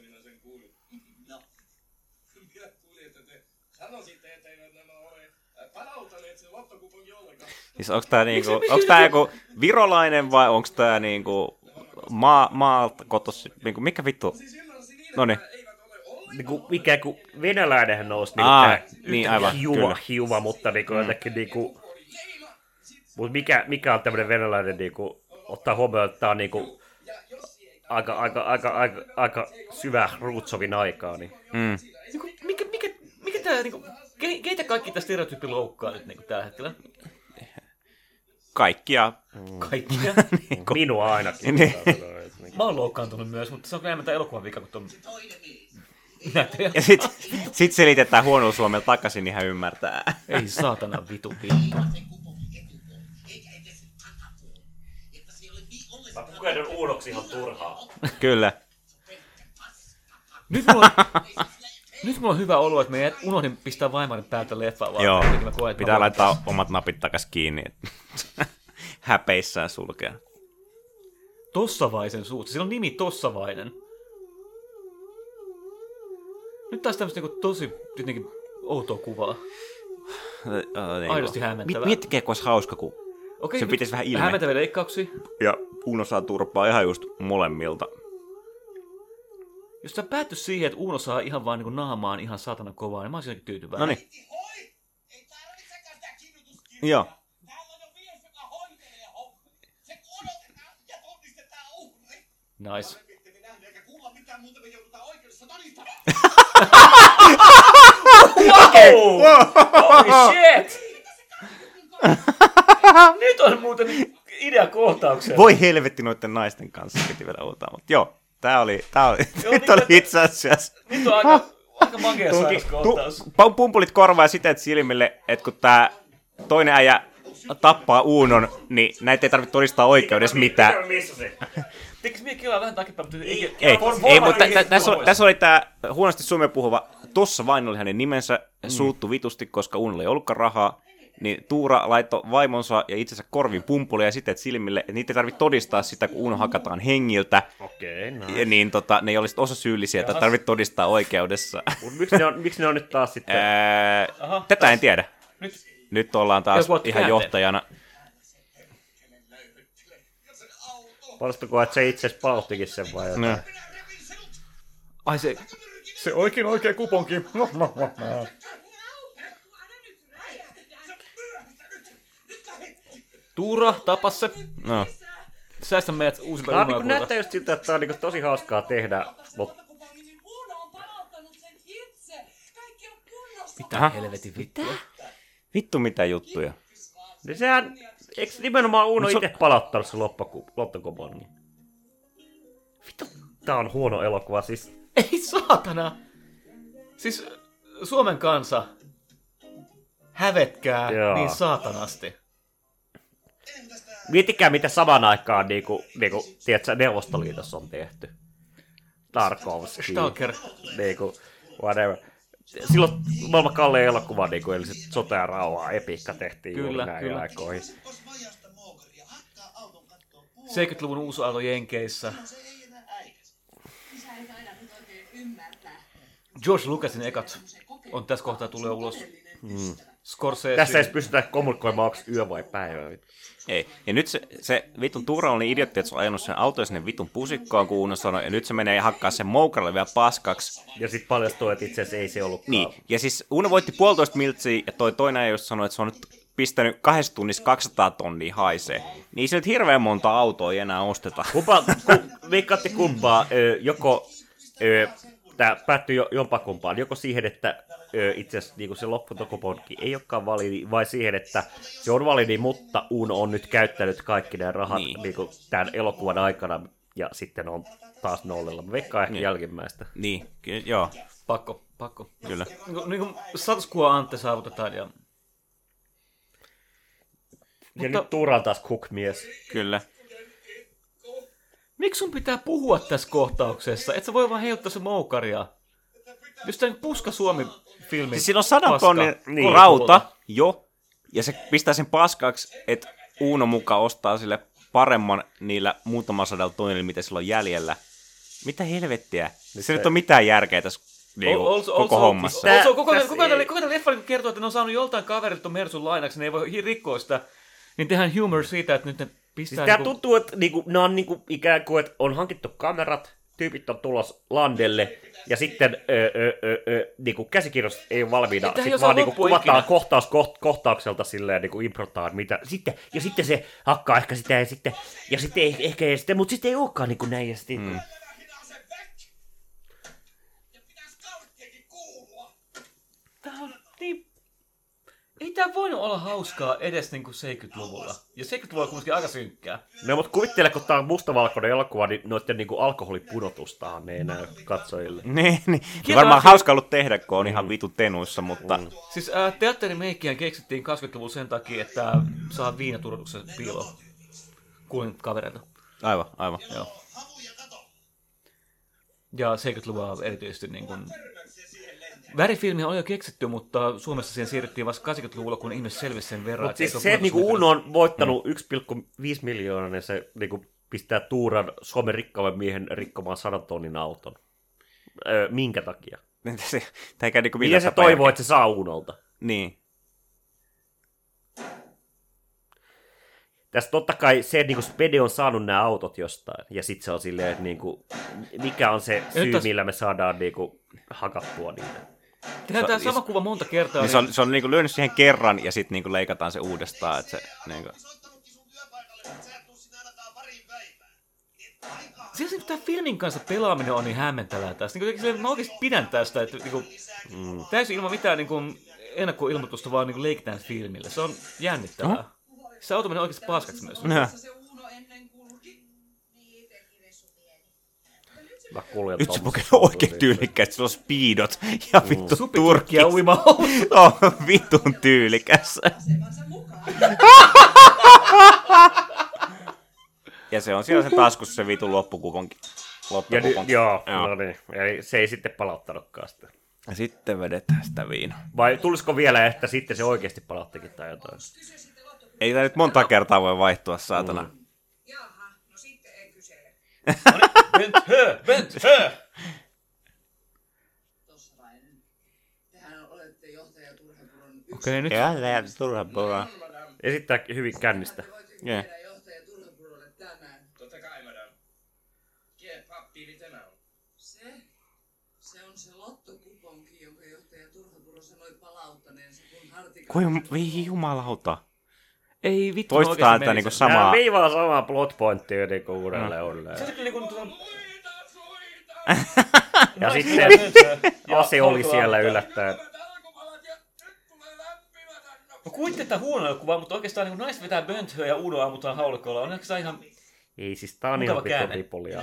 Siis onks tää niinku, onks tää joku virolainen vai onks tää niinku maalta kotosi, niinku mikä vittu? Noniin. Niinku ikään kuin venäläinenhän nousi niin aivan, hiuva, mutta niinku jotenkin niinku... Mut mikä on tämmönen venäläinen niinku, ottaa huomioon, että tää on niinku aika syvä Ruutsovin aikaa, niin... Niinku, mikä tää niinku, keitä kaikki tää stereotyyppi loukkaa nyt niinku tällä hetkellä? Kaikkia. Kaikkia? Minua ainakin. Niin. Mä oon loukkaantunut myös, mutta se on enemmän tää elokuvan vika kuin ton... Ja sit selitetään huonolla suomella takaisin, niin hän ymmärtää. Ei saatana vitu. Mä pukeudun uudoksi ihan turhaa. Kyllä. Nyt mulla on hyvä olo, että me unohdin pistää Vaimarin päältä leffaa vaan. Joo, pitää laittaa omat napit takas kiinni. Häpeissään sulkea. Tossavaisen suut. Sillä on nimi Tossavainen. Nyt taas tämmöistä niinku tosi jotenkin outoa kuvaa. Aidosti hämmentävää. Miettikää, kun olisi hauska, kun se pitäisi vähän ilme. Hämmentäviä leikkauksia. Ja Uno saa turpaa ihan just molemmilta. Jos sä päättyis siihen, että Uno saa ihan vaan niin naamaan ihan saatana kovaa, niin mä olisin tyytyväinen. Noniin. Joo. Nice. Wow! Holy shit! Nyt on muuten ideakohtauksia. Voi helvetti noiden naisten kanssa piti vielä outaa, mutta joo. Tää oli itse asiassa. Nyt on aika magea sairauskohtaus. Pumpulit korvaa ja siteet silmille, että kun tää toinen äijä tappaa Unon, niin näitä ei tarvitse todistaa oikeudessa mitään. Teikö minä kelaa vähän taaksepäin, mutta ei, mutta tässä oli tää huonosti suomea puhuva. Tossa vain oli hänen nimensä, suuttu vitusti, koska Unolla ei ollutkaan rahaa. Niin Tuura laittoi vaimonsa ja itsensä korvin pumpulle ja siteet silmille, että niitä ei tarvitse todistaa sitä, kun Uno hakataan hengiltä. Okei, ja niin ne ei olisi osa syyllisiä, että tarvitse todistaa oikeudessa. Miksi ne on nyt taas sitten? Tätä en tiedä. Nyt ollaan taas ihan johtajana. Paljastuko, että se itse asiassa palaustikin sen vai jotain? No. Ai se oikein kuponki. Tuura, tapa se. No. Säästä meidät uusilta ilmoilta. Näyttää just siltä, että tämä on tosi hauskaa tehdä. Mitä helvetin vittua? Vittu mitä juttuja. Niin sehän, eikö nimenomaan Uno itse palauttanut se lottokopon? Vittu, tää on huono elokuva siis. Ei saatana! Siis Suomen kansa hävetkää niin saatanasti. Miettikää, mitä saman aikaan niinku tiedätkö, Neuvostoliitossa on tehty. Tarkovski. Stalker. Niinku, whatever. silloin maailman kallein elokuva, niin kuin, eli se Sota ja rauhaa, Epikka tehtiin Kyllä, juuri näin kyllä. aikoihin. 70-luvun uusi aalto Jenkeissä. George Lucasin ekat on tässä kohtaa tulee ulos. Scorsese. Tässä ei pystytä kommunikoimaan, onko yö vai päivä. Ei. Ja nyt se vitun Tuura oli niin idiotti, että se on ajanut sen auto sinne vitun pusikkoon, kun Uno sanoi, ja nyt se menee hakkaa sen moukaralle vielä paskaksi. Ja sitten paljastuu, että itse asiassa ei se ollutkaan. Niin. Ja siis Uno voitti 1,5 miltsiä, ja toi toinen ei just sanoi, että se on nyt pistänyt 2 tunnissa 200 tonnia haisee. Niin se nyt hirveän monta autoa ei enää osteta. Veikkaatte kumpaa, joko tämä päättyi jompakumpaan, joko siihen, että itse asiassa niin se lopputokopontki ei olekaan validi, vai siihen, että se on validi, mutta Uno on nyt käyttänyt kaikki nämä rahat niin tämän elokuvan aikana, ja sitten on taas nollilla. Veikkaa ehkä jälkimmäistä. Niin, joo. Pakko. Kyllä. Niin kuin status quo ante saavutetaan, ja nyt Tuura on taas cook-mies. Kyllä. Miksi sun pitää puhua tässä kohtauksessa? Et sä voi vaan heiluttaa se moukaria. Just tämän Puska Suomi-filmi. Siis siinä on 100 tonnin rauta, ja se pistää sen paskaksi, että Uno mukaan ostaa sille paremman niillä muutaman sadalla tonnilla, mitä sillä on jäljellä. Mitä helvettiä? Se nyt on mitään järkeä tässä koko hommassa. Koko tämän leffa kertoo, että ne on saanut joltain kaverilta Mersun lainaksi, ne ei voi rikkoa sitä. Niin tehdään humor siitä, että nyt ne pistää... Siis tää tuntuu, että ne on ikään kuin, että on hankittu kamerat, tyypit on tulos landelle, ja sitten käsikirjoitus ei ole valmiina. Sitten vaan kuvataan kohtaukselta silleen improtaan, mitä sitten, ja sitten se hakkaa ehkä sitä, ja sitten ehkä ei sitten, mutta sitten ei olekaan näin, ja sitten... Tää on niin... Ei tää voinut olla hauskaa edes 70-luvulla. Ja 70-luvulla on kuitenkin aika synkkää. No, mutta kuvittele, kun tää on mustavalkoinen elokuva, niin noitten alkoholipudotustahan ne ei näy katsojille. Niin. Varmaan hauska ollut tehdä, kun on ihan vitun tenuissa, mutta... Siis teatterimeikkiä keksittiin 20-luvulla sen takia, että saa viinaturvotuksen piiloon. Kuulin kavereita. Aivan. Joo. Ja 70-luvulla erityisesti niin kuin... Värifilmiä oli jo keksitty, mutta Suomessa siihen siirryttiin vasta 80-luvulla, kun ihmiset selvisi sen verran. Mutta siis se, että Uno on voittanut 1,5 miljoonaa, niin se pistää Tuuran Suomen rikkaamman miehen rikkomaan 100 tonnin auton. Minkä takia? Miten se toivoo, että se saa Unolta? Niin. Tässä totta kai se, että Spede on saanut nämä autot jostain, ja sitten se on silleen, että mikä on se syy, millä me saadaan hakattua niitä. Tehdään tämä sama kuva monta kertaa. Niin se on lyönyt siihen kerran, ja sitten leikataan se uudestaan. Että se, Siis tämä filmin kanssa pelaaminen on niin hämmentävää tässä. Mä oikeasti pidän tästä, että täysin ilman mitään ennakkoilmoitusta vaan leikitään filmille. Se on jännittävää. Se auto menee oikeasti paskaksi myös. Nyt se pukee oikein tyylikkäät, sillä on speedot ja vittu turkki. Ja uima vitun tyylikäs. Ja se on siellä se taskussa se vitun loppukuponki. Joo, no niin. Ja se ei sitten palauttanutkaan sitä. Ja sitten vedetään sitä viinaa. Vai tulisiko vielä, että sitten se oikeasti palauttikin tai jotain? Ei tämä nyt monta kertaa voi vaihtua, saatana. Jaha, no sitten ei kysele. Benthö! Tossavainen. Tehän olette johtaja Turhapuron yksi. Okei, nyt. Ja Turhapuro. Esittää hyvin kännistä. Yeah. Johtaja Turhapurolle tämän. Totta kai, madame. Kie pappiili tämä on? Se on se lottokuponki, jonka johtaja Turhapuro sanoi palauttaneensa, kun hartikaa... Kui jumalauta. Ei vittu. Toistetaan tätä niinku samaa. Nää viivaa samaa plot pointtia niinku uudelleen. Se on kyllä niinku... Ja sitten ase oli siellä yllättäen. Mä kuittetaan huono kuvaa, mutta oikeastaan niin naiset vetää Benthöä ja Uno ammutaan haulikolla. On oikeastaan ihan... Ei siis tää on ihan vitun ripoliaa.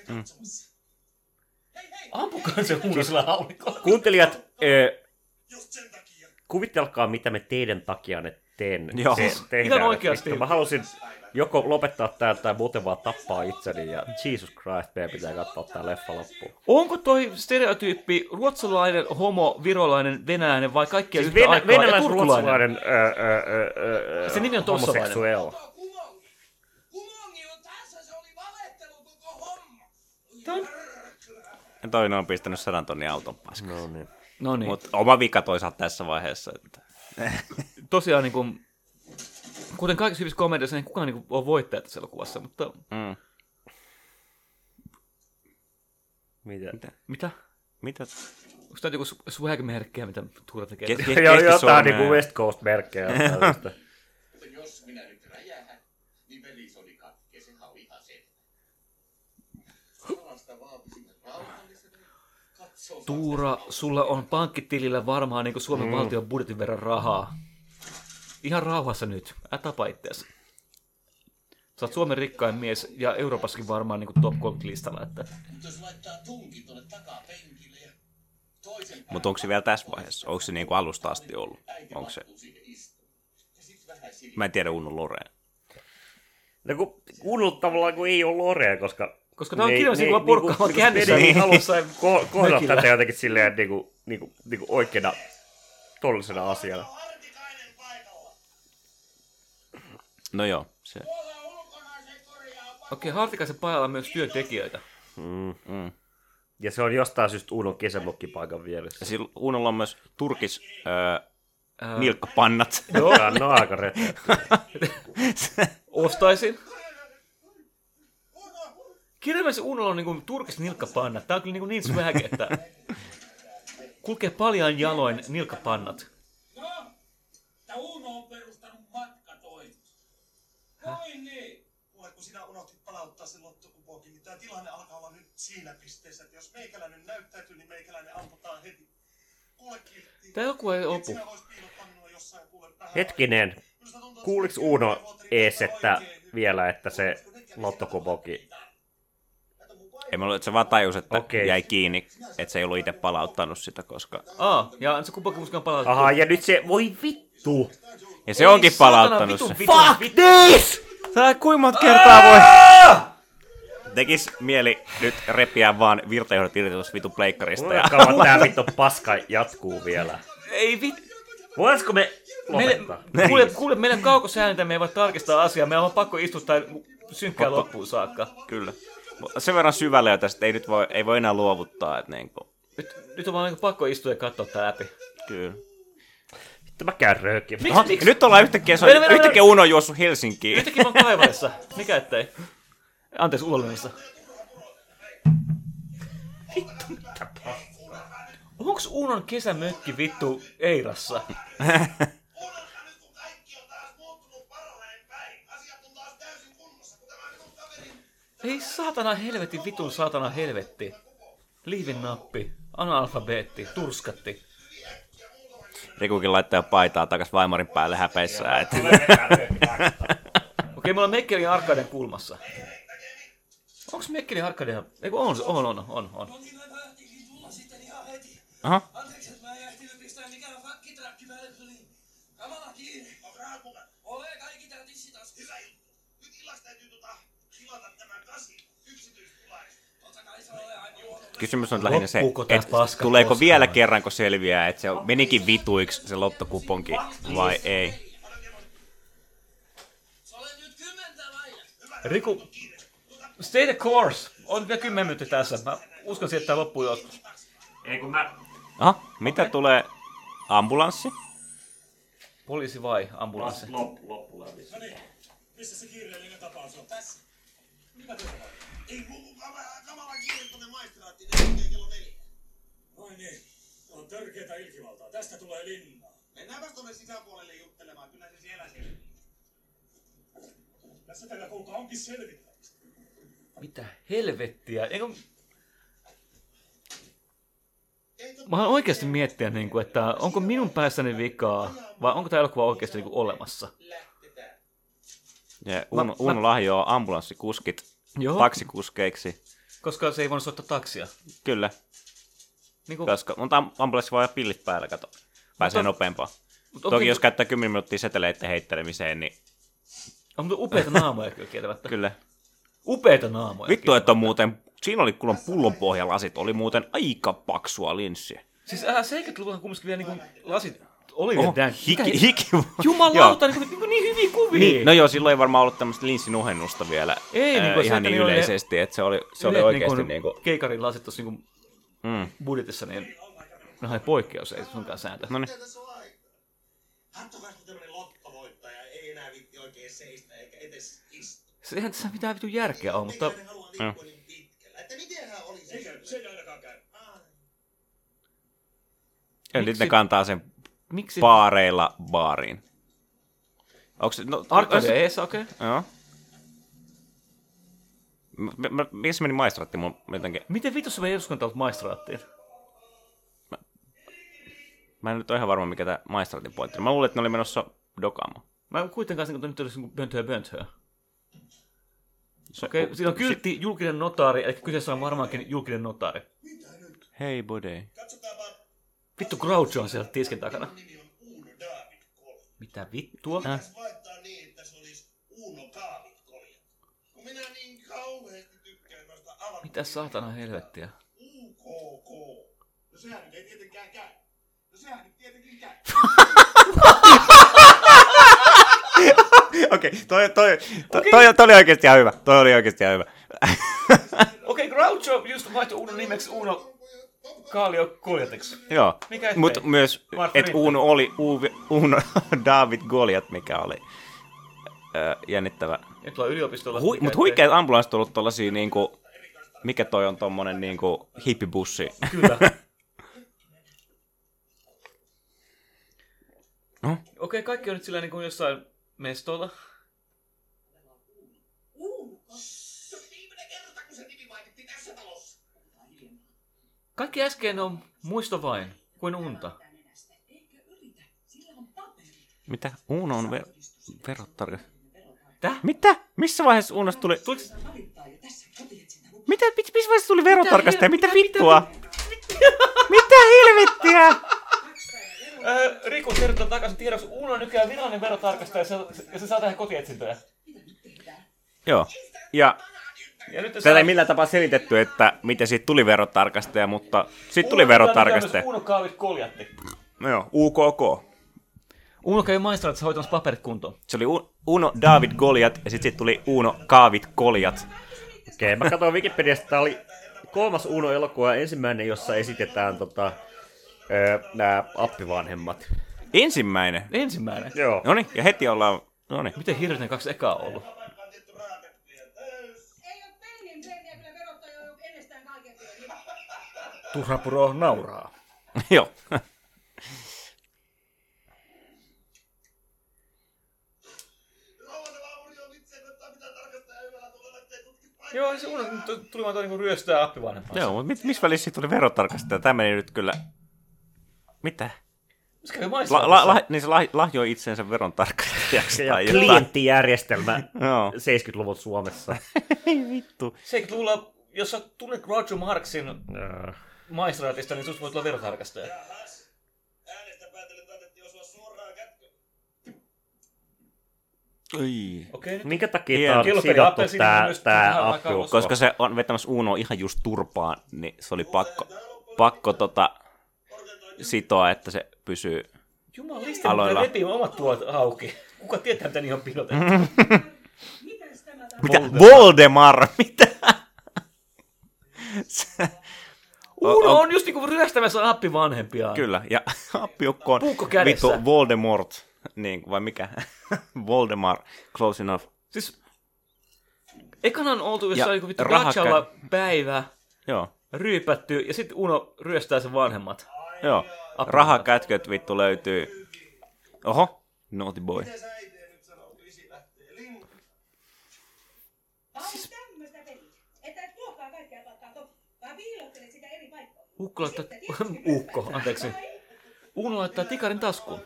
Ampukaa se Uno sillä haulikolla. Kuuntelijat, kuvitelkaa mitä me teidän takianne teen. Ihan oikeasti. Mä halusin joko lopettaa tää tai muuten vaan tappaa itseni ja Jesus Christ, meidän pitää katsoa tää leffa loppuun. Onko toi stereotyyppi ruotsalainen, homo, virolainen, venäläinen vai kaikkia Siis yhtä aikaa? venäläinen, ruotsalainen, se nimi on tossalainen. homoseksueel. Toinen on pistänyt 100 tonnia auton paskaan. No niin. Mutta oma vika toisaalta tässä vaiheessa. Että... Tosiaan, niin kuin, kuten kaikissa hyvissä komedioissa, niin kukaan niin ole voittaja tässä elokuvassa, mutta... Mitä? Onko tämä joku swag-merkkejä, mitä Tuura tekee? Jotain niin kuin West Coast-merkkejä. Mutta jos minä nyt räjähän, niin velisoni katkee, sehän on ihan selvä. Salasta vaan pysymme rauhallisena. Tuura, sulla on pankkitilillä varmaan niin Suomen valtion budjetin verran rahaa. Ihan rauhassa nyt. Älä tapa itseäsi. Sä oot Suomen rikkain mies ja Euroopassakin varmaan niin top 30-listalla. Että... Mutta jos laittaa tunkin tuonne takapenkille ja toisen... Mutta onko se vielä tässä vaiheessa? Onko se niin kuin alusta asti ollut? Onko se? Mä en tiedä Unno Loreen. No kun Unnolla tavallaan kun ei ole Lorea, koska tää on kirjallisia kuin porkkaamaan kännissä niin alussa. Kohdata tätä jotenkin silleen niinku oikeana tollisena asiana. No joo, se. Okei, Hartikaisen pajalla on myös työntekijöitä. Ja se on jostain syystä Unon kesämokkipaikan vieressä. Ja sillä Unolla on myös turkis nilkkapannat. Joo, no aika retteä. Ostaisin. Kirjallisesti Unolla on niin turkis nilkkapannat. Tää on kyllä niin swag, että kulkee paljon jaloin nilkkapannat. No, tää Uno on perustanut matkatoimitus. Noin niin. Kuule, kun sinä unohtit palauttaa sen lottokupokin, niin tää tilanne alkaa olla nyt siinä pisteessä, että jos meikäläinen näyttäytyy, niin meikäläinen amputaan heti. Kuule kiltti. Tää joku ei lopu. Hetkinen. Kuuliks Uno ees, että vielä, että se lottokupokin... Ei mä luulen, että se vaan tajus, että jäi kiinni, että se ei ollut itse palauttanut sitä, koska... Ja se kupokin muskaan palautettu. Aha, ja nyt se... Voi vittu! Ja se onkin palauttanut se. Fuck this! Tää kuinka monta kertaa voi... Tekis mieli nyt repiä vaan virtajohdot irti tuossa vitun pleikkarista. Kuinka kauan tää vittu paska jatkuu vielä? Ei vittu. Voisiko me lopettaa? Kuule, meillä on kaukosäännöitä, me ei voi tarkistaa asiaa. Meillä on pakko istuttaa synkkää loppuun saakka. Kyllä. Sen verran syvälle jo tästä ei voi enää luovuttaa. Että niinku. Nyt on vaan niinku pakko istua ja katsoa tää läpi. Kyllä. Vittu mä käyn röökin. Nyt ollaan yhtäkkiä Uno juossut Helsinkiin. Yhtäkkiä mä oon Kaivalissa. Mikä ettei? Anteeksi, Ullolennassa. Vittu, mitä onks Unon kesämökki vittu Eirassa? Ei saatana helvetti, vitun saatana helvetti. Liivin nappi, analfabeetti, turskatti. Rikukin laittaa paitaa takas Vaimarin päälle häpeissään. Okei, meillä on Mekkelin Arkaden kulmassa. Onks Mekkelin Arkaden? Eiku on. Aha. Anteeksi, että mä jähtinyt pistää mikään fakkitrappi päälle, kun oli kamala kiinni. Ole kaikki tää tissitas. Hyvä juttu. Nyt illasta täytyy hilata tämän kasin yksityistilaisuus. Ottakaa se ole aina juotu. Kysymys on lähinnä se, että tuleeko vielä kerran, kun selviää, että se menikin vituiksi se lottokuponki vai ei. Riku, stay the course. On vielä 10 minuuttia tässä. Mä uskon siihen, että tää loppuu joskus. Ei kun mä... Aha, mitä tulee? Ambulanssi? Poliisi vai ambulanssi? Loppulanssi. No niin, missä se kiireellinen tapaus on? Tässä. Mitä te sanoit? Ei kamala kiire tuonne maisteraattiin, ne kello 4. Noin niin, on törkeätä ilkivaltaa. Tästä tulee linnaa. Mennäänpäs tuonne sisäpuolelle juttelemaan, kyllä se siellä selviää. Tässä teillä kuulkaa onkin selvittämistä. Mitä helvettiä? Eikö... Mä haluan oikeasti miettiä, että onko minun päässäni vikaa, vai onko tämä elokuva oikeasti olemassa? Ja Uno lahjoaa ambulanssikuskit taksikuskeiksi. Koska se ei voinut soittaa taksia. Kyllä. Koska ambulanssi voi olla pillit päällä, kato. Pääsee nopeampaan. Toki jos käyttää 10 minuuttia seteleiden heittelemiseen, niin On mutta upeita naamoja kyllä kieltämättä. Kyllä. Upeita naamoja. Vittu, että on muuten, siinä oli kuulemma pullonpohjalasit, oli muuten aika paksua linssiä. Siis 70-luvulla kumminkin vielä niinku lasit oli vielä Dan. Hiki. Jumalauta, niin hyviä kuvia. Niin, no joo, silloin ei varmaan ollut tämmöistä linssin vielä ei, niinku ihan niin yleisesti, että se oli oikeasti niinku... Keikarin lasit tuossa niinku budjetissa, niin no ei poikkeus, ei sunkaan sääntö. Noniin. Katsokaa, kun tämmönen lottovoittaja ei enää vitti oikein seistä eikä edes istu. Eihän tässä mitään vitun järkeä ole, mutta... Että miten hän oli se? Se ei ainakaan käy. Ja nyt ne kantaa sen baareilla baariin. Onko se... No, Arkadia ees, okei. Joo. Missä meni maistraatti mun jotenkin? Miten vitussa me eduskuntalta maistraattiin? Mä en nyt ole ihan varma, mikä tää maistraatin pointti. Mä luulen, että ne oli menossa dokaamaan. Mä en kuitenkaan sen, että nyt olisi böntöä. Okei, siinä on kyltti julkinen notaari, eli kyseessä on varmaankin julkinen notaari. Hei, buddy. Vittu Groucho on siellä tiskin takana. Mitä vittua? Vaihtaa niin, että se olisi Uno David Goliat. Kun minä niin kauheasti tykkään noista avaruudesta. Mitä saatana helvettiä? UKK. No sehän nyt ei tietenkään käy. Okei, toi oli oikeesti ihan hyvä. Okei, Groucho just vaihtoi Unon nimeksi Uno Kaalio Goljatiksi. Joo, mutta myös, että Uno oli Uno David Goliat, mikä oli jännittävä. Ja tuolla yliopistolla... Mutta huikeat ambulanssit on ollut tollasia niinku, mikä toi on tommonen niinku hippibussi. Kyllä. No? Okei, kaikki on nyt sillä niin kuin jossain mestolla. Kaikki äsken on muisto vain, kuin unta. Mitä? Uno on verotarkas. Täh? Mitä? Missä vaiheessa Unosta tuli... Missä vaiheessa tuli verotarkastaja? Mitä vittua? Mitä helvettiä? Riku kertoo takaisin tiedoksi. Uno on nykyään virallinen verotarkastaja ja se saa tehdä kotietsintöjä. Joo. Ja tätä ei millään tapaa selitetty, että miten siitä tuli verotarkastaja, mutta siitä tuli verotarkastaja. Uno David Goljatti. No joo, UKK. Uno kävi maistraatissa hoitamassa paperit kuntoon. Se oli Uno David Goliat ja sitten tuli Uno Kaavit Goliat. Okei, mä katsoin Wikipediasta, tää oli 3. Uno-elokuva, ensimmäinen, jossa esitetään nämä appivanhemmat. Ensimmäinen? Joo. Noniin, ja heti ollaan... Noniin. Miten hirveän 2 ekaa on ollut? Turha puro nauraa. Joo. Joo, se Uno tuli vaan niinku ryöstää appivanhempaa. Joo, mutta missä välissä tuli verotarkastaja? Tämä meni nyt kyllä... Mitä? Se kävi maistraatissa. Niin se lahjoi itseensä verontarkastajaksi. Ja klienttijärjestelmä 70-luvut Suomessa. Ei vittu. 70-luvulla, jos sä tunnet Groucho Marxin maistraatista, niin susta voi tulla verotarkastaja. Äänestä päätellen taitettiin osua suoraan kätköön. Okei, minkä takia tää on sidottu tää appi? Koska se on vetämässä Unoa ihan just turpaan, niin se oli pakko sitoa, että se pysyy Jumalista, aloilla. mitä repii omat tuot auki. Kuka tietää, mitä niin on pidotettu? Mitä? Voldemar! Mitä? Uno on just niinku ryöstämässä appivanhempiaan. Kyllä, ja appiukko on puukko kädessä. vittu Voldemort. Niin, vai mikä? Voldemar, close enough. Siis, ekana on oltu jossain joku vittu Gatchalla päivä, joo. Ryypätty, ja sitten Uno ryöstää sen vanhemmat. Joo, rahakätköt vittu löytyy. Oho, naughty boy. Siis... tämmöistä peliä, että et luokkaa kaikkea paikkaa toki, vaan piilottelet sitä eri paikkoihin. Uno laittaa tikarin taskuun.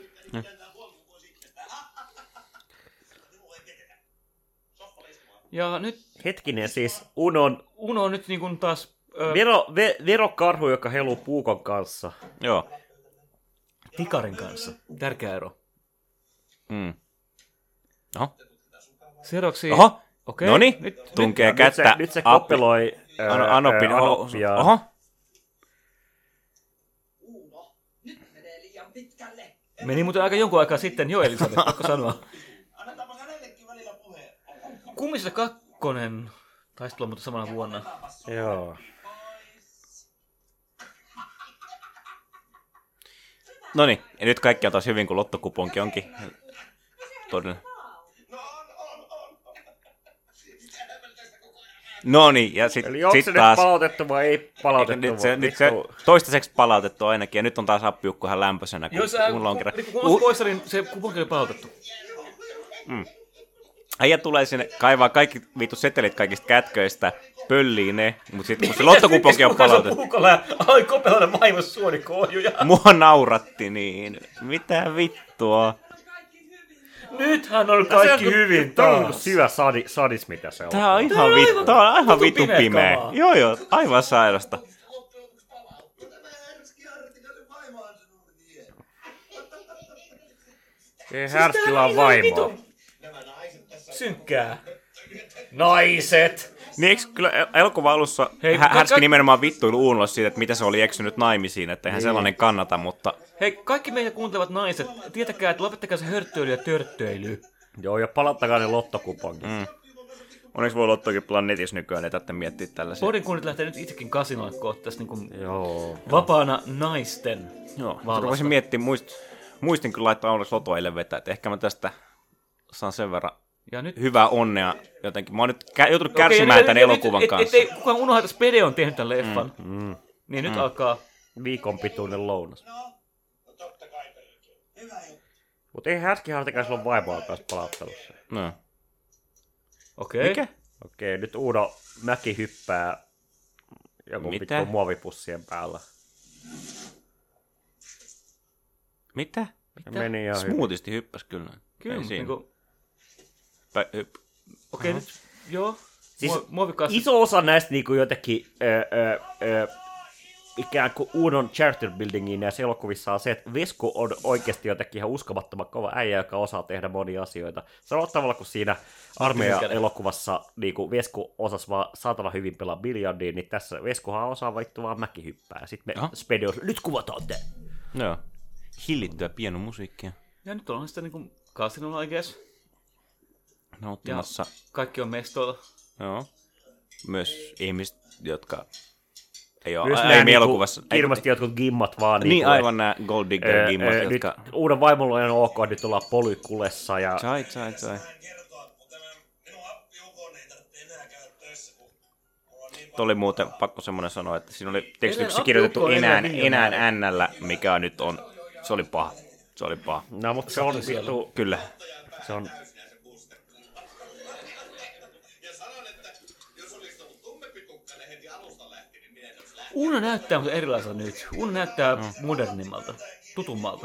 Ja nyt... Hetkinen, siis Uno on nyt niin kuin taas... Verokarhu, joka heluu puukon kanssa. Joo. Tikarin kanssa. Tärkeä ero. No. Seuraavaksi... Oho, Okei. noniin, tunkee kättä. Nyt se kopeloi Anoppia. Oho. Meni muuten aika jonkun aikaa sitten jo, Elisabeth, pakko sanoa. Kummissa 2 taistelu mutta samana vuonna. Joo. Noniin, ja nyt kaikki on taas hyvin, kun lottokuponki onkin todellinen. Noniin, ja sitten eli onko se taas... nyt palautettu vai ei palautettu? Nyt se toistaiseksi palautettu ainakin, ja nyt on taas appiukko ihan lämpöisenä, kun mulla on kerran... Kun on poissa, niin se kuponki oli palautettu. Äijä tulee sinne, kaivaa kaikki vitu setelit kaikista kätköistä, pöllii ne, mutta sitten kun se lottokuponki on palautettu... Ai kopelainen vaimos suonikohjuja. Mua nauratti niin. Mitä vittua? Nythän on kaikki hyvin Tämä on taas. syvä sadismi tässä on. Tää on ihan vittu pimeä. Joo, aivan sairasta. Ei Härskillä on vaimoa. Synkkää. Naiset! Niin eikö kyllä elokuvan alussa Härski nimenomaan vittuilu Uunolle siitä, että mitä se oli eksynyt naimisiin, että eihän sellainen kannata, mutta... Hei, kaikki meitä kuuntelevat naiset, tietäkää, että lopettakaa se hörttöily ja törttöily. Joo, ja palattakaa ne lottokuponki. Onneksi voi lottokin pelaa netissä nykyään, ei tarvitse miettiä tällaisia. Podin kunnit lähtee nyt itsekin kasinoille kohta tässä niin vapaana naisten vallasta. Voisin miettiä, muistin kyllä laittaa onneksi lotoille vetää, että ehkä mä tästä saan sen verran ja nyt... hyvää onnea jotenkin. Mä oon nyt joutunut kärsimään tämän elokuvan kanssa. Ettei kukaan unohda, että Spede on tehnyt tämän leffan. Niin nyt alkaa viikon pituinen lounas. Mutta ei Härski Hartikaisella ole vaimoa päästä palauttelussa. No. Okei. Mikä? Okei, nyt Uuno Mäki hyppää joku vittu muovipussien päällä. Mitä? Meni ihan smoothisti hyppäs kyllä. Kyllä, niinku... Okei, nyt, joo. Siis iso osa näistä niinku jotenkin ikään kuin Uunon character buildingiin näissä elokuvissa on se, että Vesku on oikeasti jotenkin ihan uskomattoman kova äijä, joka osaa tehdä monia asioita. Samalla tavalla kuin siinä armeija-elokuvassa niin Vesku osasi vaan saatana hyvin pelaa biljardiin, niin tässä Veskuhan osaa vaikka vaan mäkihyppää. Sitten me Spede on, nyt kuvataan te. Joo. Hillittyä pieno musiikkia. Ja nyt ollaan sitten niinku kasinolla, I guess. Nauttimassa. Ja kaikki on mestoilla. Joo. Myös ihmiset, jotka ei ole myös aiemmin elokuvassa. Ilmeisesti jotkut gimmat vaan. Niin, aivan nämä Gold Digger-gimmat, jotka... Nyt uuden vaimolla on ihan ok, nyt ollaan Polykulessa ja... Sai. Tuo oli muuten pakko semmoinen sanoa, että siinä oli tekstityksessä kirjoitettu enää NL, mikä nyt on. Se oli paha. No, mutta se on vittu... Kyllä. Se on... Uuno näyttää erilaiselta nyt. Uuno näyttää modernimmalta, tutummalta.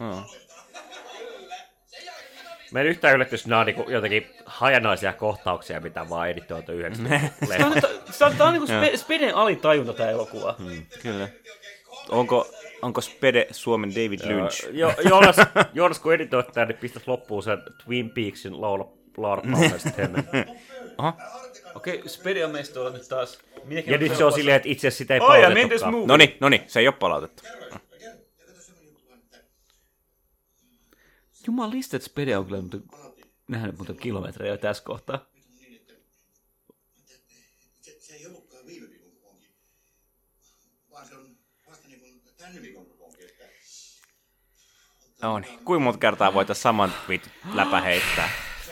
Mä en yhtään yllättyisi, että nämä on niinku jotenkin hajanaisia kohtauksia, mitä vaan editoitu yhdeksi leffa. Tämä on niinku Speden alitajunta tämä elokuva. Kyllä. Onko Spede Suomen David Lynch? Joonas kun editoit tämän, niin pistäisi loppuun sen Twin Peaksin laulapalmen sitten ennen. Okei, Spede on meistä olla nyt taas. Ja nyt se on silleen, että itse asiassa sitä ei palautettukaan. Noniin, se ei ole palautettu. Jumalista, että Spede on kyllä nähnyt muuten kilometrejä tässä kohtaa. Se ei ollutkaan viime viikon kuponki, vaan se on vasta niin kuin tämän viikon kuponki. No niin, kuinka monta kertaa voitaisiin saman läpä heittää?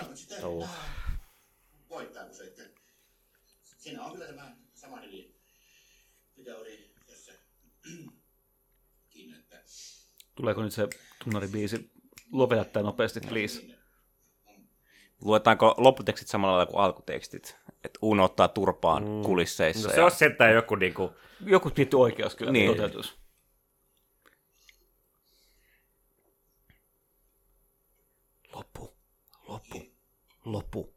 Voittaako se, että siinä on kyllä tämä sama nimi, mikä oli tässä kiinni, että... Tuleeko nyt se tunnaribiisi? Lopeta tämä nopeasti, please. Luetaanko lopputekstit samalla lailla kuin alkutekstit? Että Uuno ottaa turpaan kulisseissa. No, se on sentään joku niinku... Joku tietty oikeus kyllä toteutus. Loppu.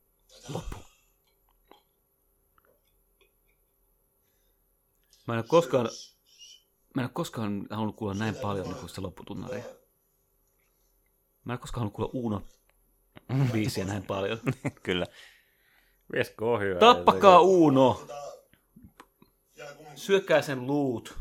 Mä en ole koskaan halunnut kuulla näin paljon niin kuin sitä lopputunnaria. Mä en ole koskaan halunnut kuulla Uuno biisiä näin paljon. Kyllä. Vesko on hyvä. Tappakaa Uno. Syökää sen luut.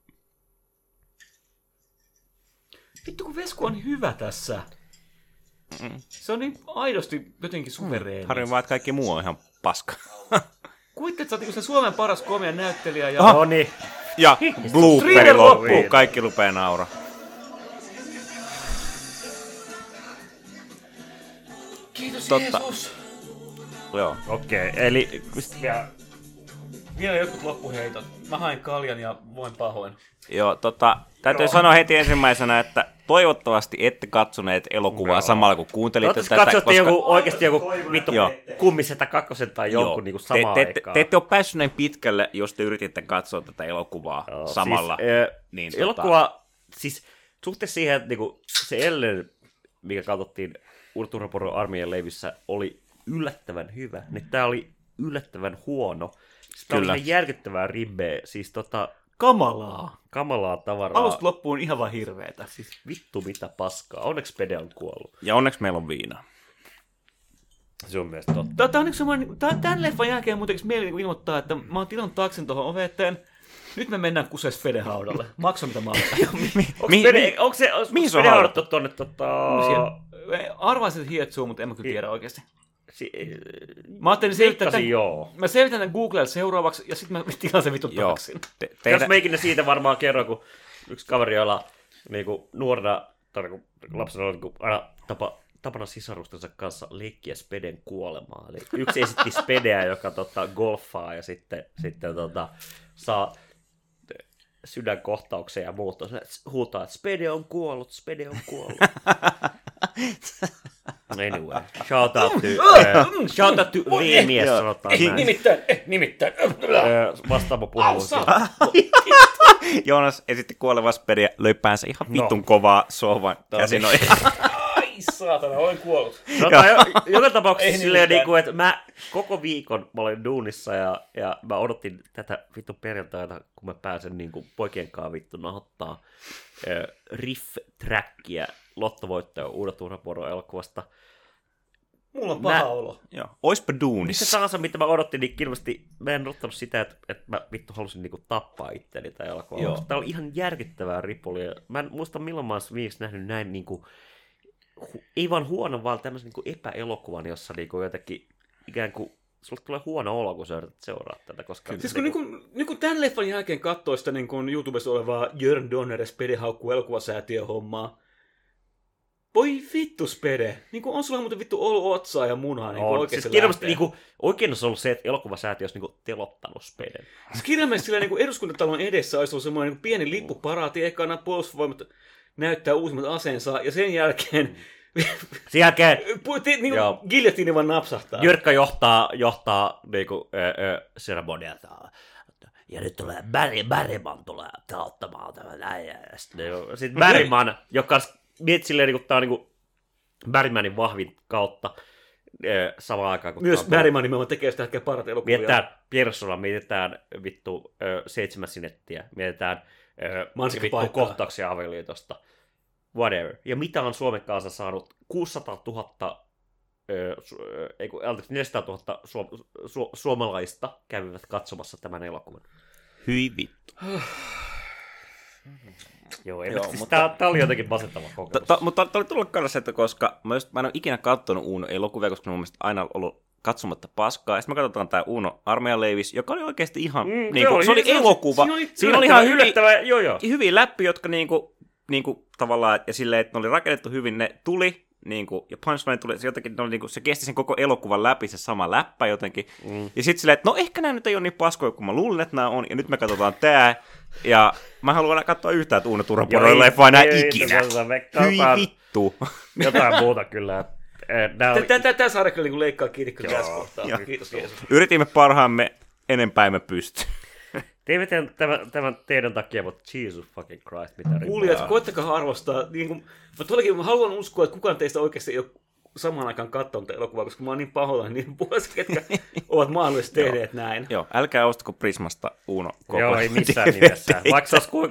Vittu kun Vesku on hyvä tässä. Se on niin aidosti jotenkin suvereeni. Harvin vaan, että kaikki muu on ihan paska. Kuitteet, että sä oot sen Suomen paras komian näyttelijä. Ja... No niin. Ja blooperi loppuu. Kaikki rupeaa nauraa. Kiitos Totta. Jeesus. Joo. Okei, eli... Vielä jotkut loppuheitot. Mä hain kaljan ja voin pahoin. Joo, täytyy sanoa heti ensimmäisenä, että toivottavasti ette katsoneet elokuvaa samalla kun kuuntelitte tätä. Katsotte oikeasti joku vittu Kummisetä kakkosen tai jonkun niinku samaan aikaan. Te ette ole päässyt näin pitkälle, jos te yrititte katsoa tätä elokuvaa samalla. Siis, elokuva, siis suhteessa siihen, että niinku, se Ellen, mikä katsottiin Urturaporo Armeijan leivissä, oli yllättävän hyvä. Niin tää oli yllättävän huono. Tämä oli ihan järkyttävää ribbeä. Siis Kamalaa tavaraa. Alusta loppuun ihan vaan hirveetä. Siis vittu mitä paskaa. Onneksi Pede on kuollut. Ja onneksi meillä on viinaa. Se on myös totta. Tämä on semmoinen, tämän leffan jälkeen muutenkin mieli ilmoittaa, että mä oon tilannut taksin tuohon oveteen. Nyt me mennään kusees Feden haudalle. Maksa mitä mä Onko se Fede haudattu tonne Arvaisin, että hietsuu, mutta en mä kyllä tiedä oikeasti. Mä ajattelin mä selvitän tämän Googlella seuraavaksi, ja sitten mä tilaan sen vitun taksin. Jos mä ikinä siitä varmaan kerron, kun yksi kaveri, jolla niinku nuorena, tai kun lapsena oli niinku aina tapana sisarustensa kanssa leikkiä Speden kuolemaa. Eli yksi esitti Spedeä, joka golfaa, ja sitten saa sydänkohtauksen ja muuta. Huutaa, että Spede on kuollut, Spede on kuollut. Anyway, shout out to V-mies, sanotaan näin. Nimittäin. Vastaava puhelu. Joonas esitti kuolevaa Spedeä, löi päänsä ihan vittun kovaa sohvan käsinoja. Ai saatana, olen kuollut. Joka tapauksessa silleen, että mä koko viikon mä olin duunissa ja mä odotin tätä vittu perjantaina, kun mä pääsen poikien kanssa vittu nahoittaa riff-trackia lottovoittaja Uudet Uraporo-elokuvasta. Mulla on paha olo. Joo. Oispa duunissa. Mitä tahansa, mitä mä odotin, niin kilvasti mä en odottanut sitä, että mä vittu halusin tappaa itteni tai elokuvaa. Tää oli ihan järkyttävää ripolia. Mä en muista milloin mä oon viimeksi nähnyt näin ei vaan huono, vaan tämmöisen epäelokuvan, jossa jotenkin ikään kuin sulle tulee huono olo, kun sä yrität seuraa tätä. Koska siis kun tämän leffan jälkeen katsoo sitä YouTubessa olevaa Jörn Donner Spede haukkuu elokuvasäätiön hommaa. Voi vittu Spede. On sulla muuten vittu ollut otsaa ja munaa oikeasti siis oikein olisi ollut se, että elokuvasäätiö olisi telottanut Speden. Siis kirjaimellisesti sillä eduskuntatalon edessä olisi ollut semmoinen pieni lippuparaati ekana, puolustusvoimat näyttää uusimmat aseensa ja sen jälkeen giljotiini vaan napsahtaa. Jyrkkä johtaa seremoniaa. Ja nyt tulee Bergman tulee ottamaan tämän näin. Sitten Bergman, joka mietit silleen, tämä on Bergmanin vahvin kautta samaan aikaan. Myös Bergman nimenomaan tekee sitä ehkä parat elokuvia. Mietitään Persona, mietitään vittu 7 sinettiä, mietitään vittu kohtauksia avioliitosta. Whatever. Ja mitä on Suomen kanssa saanut 400 000 suomalaista kävivät katsomassa tämän elokuvan. Hyi vittu. Tämä oli jotenkin masentava kokemus. Mutta oli tullut kanssa, että koska mä en ole ikinä katsonut Uno-elokuvia, koska mun mielestä aina ollut katsomatta paskaa. Ja sitten me katsotaan tämä Uno Armeijan leivis, joka oli oikeasti ihan se oli elokuva. Siinä oli ihan hyviä läppiä, jotka tavallaan, ja silleen, että ne oli rakennettu hyvin, ne tuli, ja punchline tuli, se kesti sen koko elokuvan läpi, se sama läppä jotenkin. Ja sitten silleen, että no ehkä nämä nyt ei ole niin paskoja, kuin mä luulen, että nämä on, ja nyt me katsotaan tää, ja mä haluan katsoa yhtään Uuno Turaporoille leffaa enää ikinä. Hyi vittu. Jotain muuta kyllä. Tämä saada kyllä leikkaa kiinni tässä kohtaa. Kiitos Jeesus. Yritimme parhaamme, enempää emme pysty. Teimme tämän teidän takia, mutta Jesus fucking Christ, mitä rippaa. Kuulijat, koittakaa arvostaa. Mä todellakin haluan uskoa, että kukaan teistä oikeasti ei ole samaan aikaan katsonut elokuvaa, koska mä oon niin pahoillani niiden puolesta, ketkä ovat mahdollisesti tehneet näin. Joo, älkää ostako Prismasta Uno koko. Joo, ei missään nimessä. Vaikka se olisi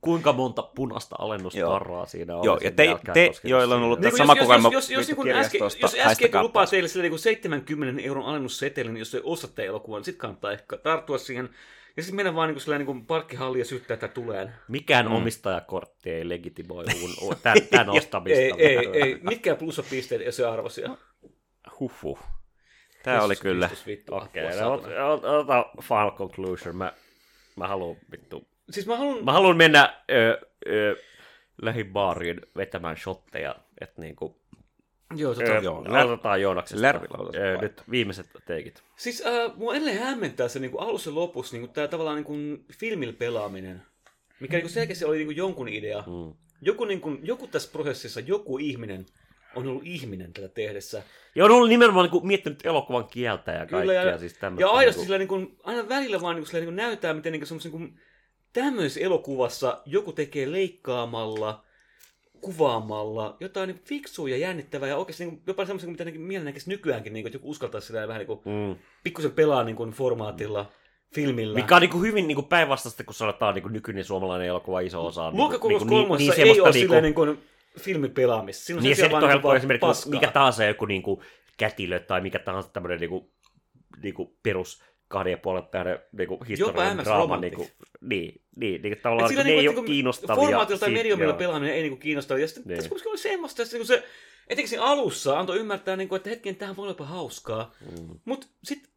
kuinka monta punaista alennuskarraa siinä on. Joo, ja te joilla on ollut tämä sama kokeilma kirjastosta, jos äsken lupaa teille sille niin 70 € alennussetelin, niin jos te ostatte elokuvan, niin sitten kannattaa ehkä tarttua siihen. Ja sitten mennä vaan niin parkkihalliin ja syttää tätä tuleen. Mikään omistajakortti ei legitimoi tämän ostamista. Ei. Mitkään plussapisteet ei se arvoisia. Huhhuh. Tää oli kyllä. Okei, ota final conclusion. Mä haluan vittu. Siis mä haluan mennä lähibaariin vetämään shotteja, että niinku aloitetaan Joonaksesta. Nyt viimeiset teikit. Siis mua edelleen hämmentää se niinku alussa ja lopussa niinku tää tavallaan niinku filmillä pelaaminen, mikä niinku selkeästi oli niinku jonkun idea. Joku tässä prosessissa, joku ihminen on ollut ihminen tätä tehdessä. Ja on ollut nimenomaan niinku miettinyt elokuvan kieltä ja kaikkea. Kyllä, siis ja aidosti niinku, aina välillä vaan niinku näyttää, miten niinku tämmöisessä elokuvassa joku tekee leikkaamalla, kuvaamalla jotain niin fiksua ja jännittävää ja oikeasti niin jopa semmoisen, mitä mielen näkisi nykyäänkin, niin, että joku uskaltaisi sitä vähän niin pikkusen pelaa niin formaatilla, filmillä. Mikä on niin hyvin niin päinvastaista, kun sanotaan niin nykyinen suomalainen elokuva iso osa. Luokkakoulussa kolmossa ei ole silleen niin filmipelaamista. Niin se on helppo esimerkiksi mikä tahansa joku niin kätilö tai mikä tahansa tämmöinen niin perus 2,5 tähden historian draama. Niin, tavallaan ne ei ole kiinnostavia. Formaatilta tai mediumilla pelaaminen ei kiinnostavia. Ja sitten tässä kuitenkin oli semmoista, että se, etenkin siinä alussa antoi ymmärtää, että hetken tähän voi olla hauskaa. Mutta sitten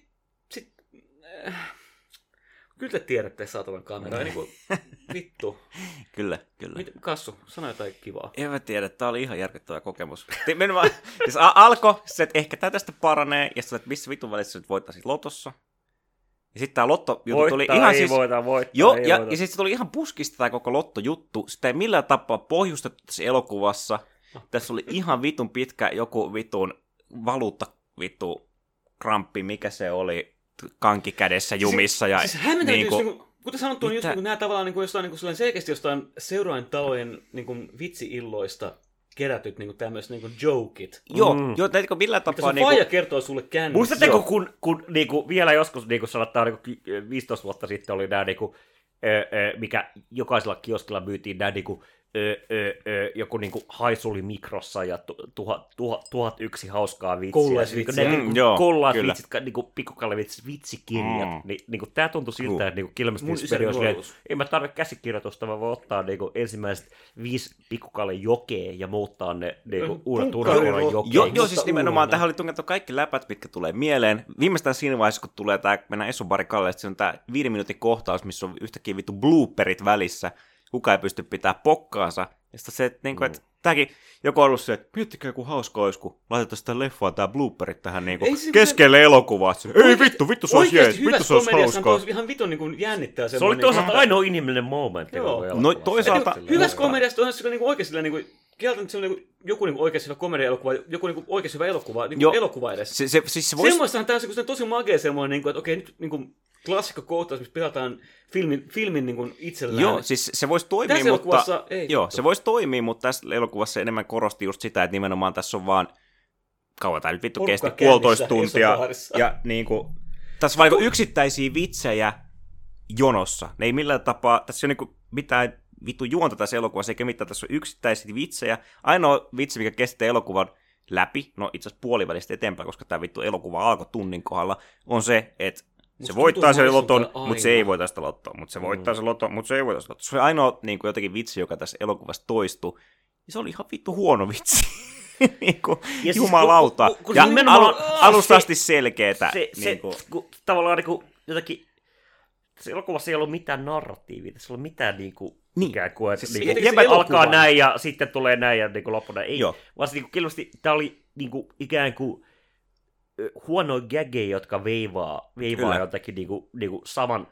kyllä te tiedätte saatavan kameraa. Vittu. Kyllä. Kassu, sano jotain kivaa. En mä tiedä, tää oli ihan järkyttävä kokemus. Siis alkoi se, että ehkä tää tästä paranee, ja sitten missä vitun välissä nyt voittaisit lotossa. Ja sitten tää lottojuttu tuli ihan siis... Joo, ja sitten se tuli ihan puskista tää koko lottojuttu. Sitä ei millään tapaa pohjustettu tässä elokuvassa. Tässä oli ihan vitun pitkä joku vitun kramppi, mikä se oli, kanki kädessä jumissa. Ja siis hämmentää kuten sanottu, just nämä tavallaan jostain selkeästi jostain seuraintalojen vitsi-illoista kerätyt tämmöiset jokit. Joo, näitkö millä tapaa... Mitä sun faija kertoo sulle kännissä. Muistatteko, kun vielä joskus, sanotaan 15 vuotta sitten oli nämä, mikä jokaisella kioskilla myytiin nämä joku haisuli mikrossa ja 1001 hauskaa vitsiä. Koululaisvitsit, pikkukallevitsit, vitsikirjat. Tää tuntui siltä, että Kilmestin oli, ei mä tarvitse käsikirjoitusta, mä voin ottaa ensimmäiset 5 pikkukallen jokea ja muuttaa ne uudet urheilujen jokeiksi. Joo, siis nimenomaan tähän oli tungettu kaikki läpät, mitkä tulee mieleen. Viimeistään siinä vaiheessa, kun tulee mennään Esobari Kalle, että se on tää 5 minuutin kohtaus, missä on yhtäkkiä vittu blooperit välissä. Kuka ei pysty pitämään pokkaansa. Ja sitten se, että tämäkin joku on ollut se, että miettikää joku hauska olisi, kun laitetaan sitä leffaa tää blooperit tähän keskelle elokuvaa. Ei vittu se olisi jees, vittu se olisi hauskaa. Ihan vitun jännittää se oli toisaalta ainoa inhimillinen momentti. No toisaalta... Hyvässä komediassa on oikeasti kieltänyt se on joku oikeasti hyvä komedia-elokuva, joku oikeasti hyvä elokuva edessä. Semmoistahan tämä on tosi magea semmoinen, että okei, nyt klassikko kohtaus, missä pelataan filmin itsellään. Joo, siis se voisi toimia, se voisi toimia, mutta tässä elokuvassa enemmän korosti just sitä, että nimenomaan tässä on vaan, kauan tämä nyt vittu kesti, 1,5 tuntia, ja tässä on vain yksittäisiä vitsejä jonossa. Ne ei millään tapaa, tässä ei ole mitään vittu juonta tässä elokuvassa, eikä mitään, tässä on yksittäisiä vitsejä. Ainoa vitsi, mikä kestää elokuvan läpi, no itse asiassa puolivälistä eteenpäin, koska tämä vittu elokuva alkoi tunnin kohdalla, on se, että se voittaa sen loton, mutta se ei voita sitä lottoa. Mutta se voittaa sen loton, mutta se ei voita sitä lottoa. Se oli ainoa jotenkin vitsi, joka tässä elokuvassa toistui. Ja se oli ihan vittu huono vitsi. Jumalauta. Ja alusta asti selkeetä. Tavallaan jotenkin... Tässä elokuvassa ei ollut mitään narratiivia. Tässä ei ollut mitään ikään kuin, että alkaa näin ja sitten tulee näin ja loppu näin. Ei, vaan se kilvasti, tämä oli ikään kuin huonoja gaggeja, jotka veivaa jotakin saman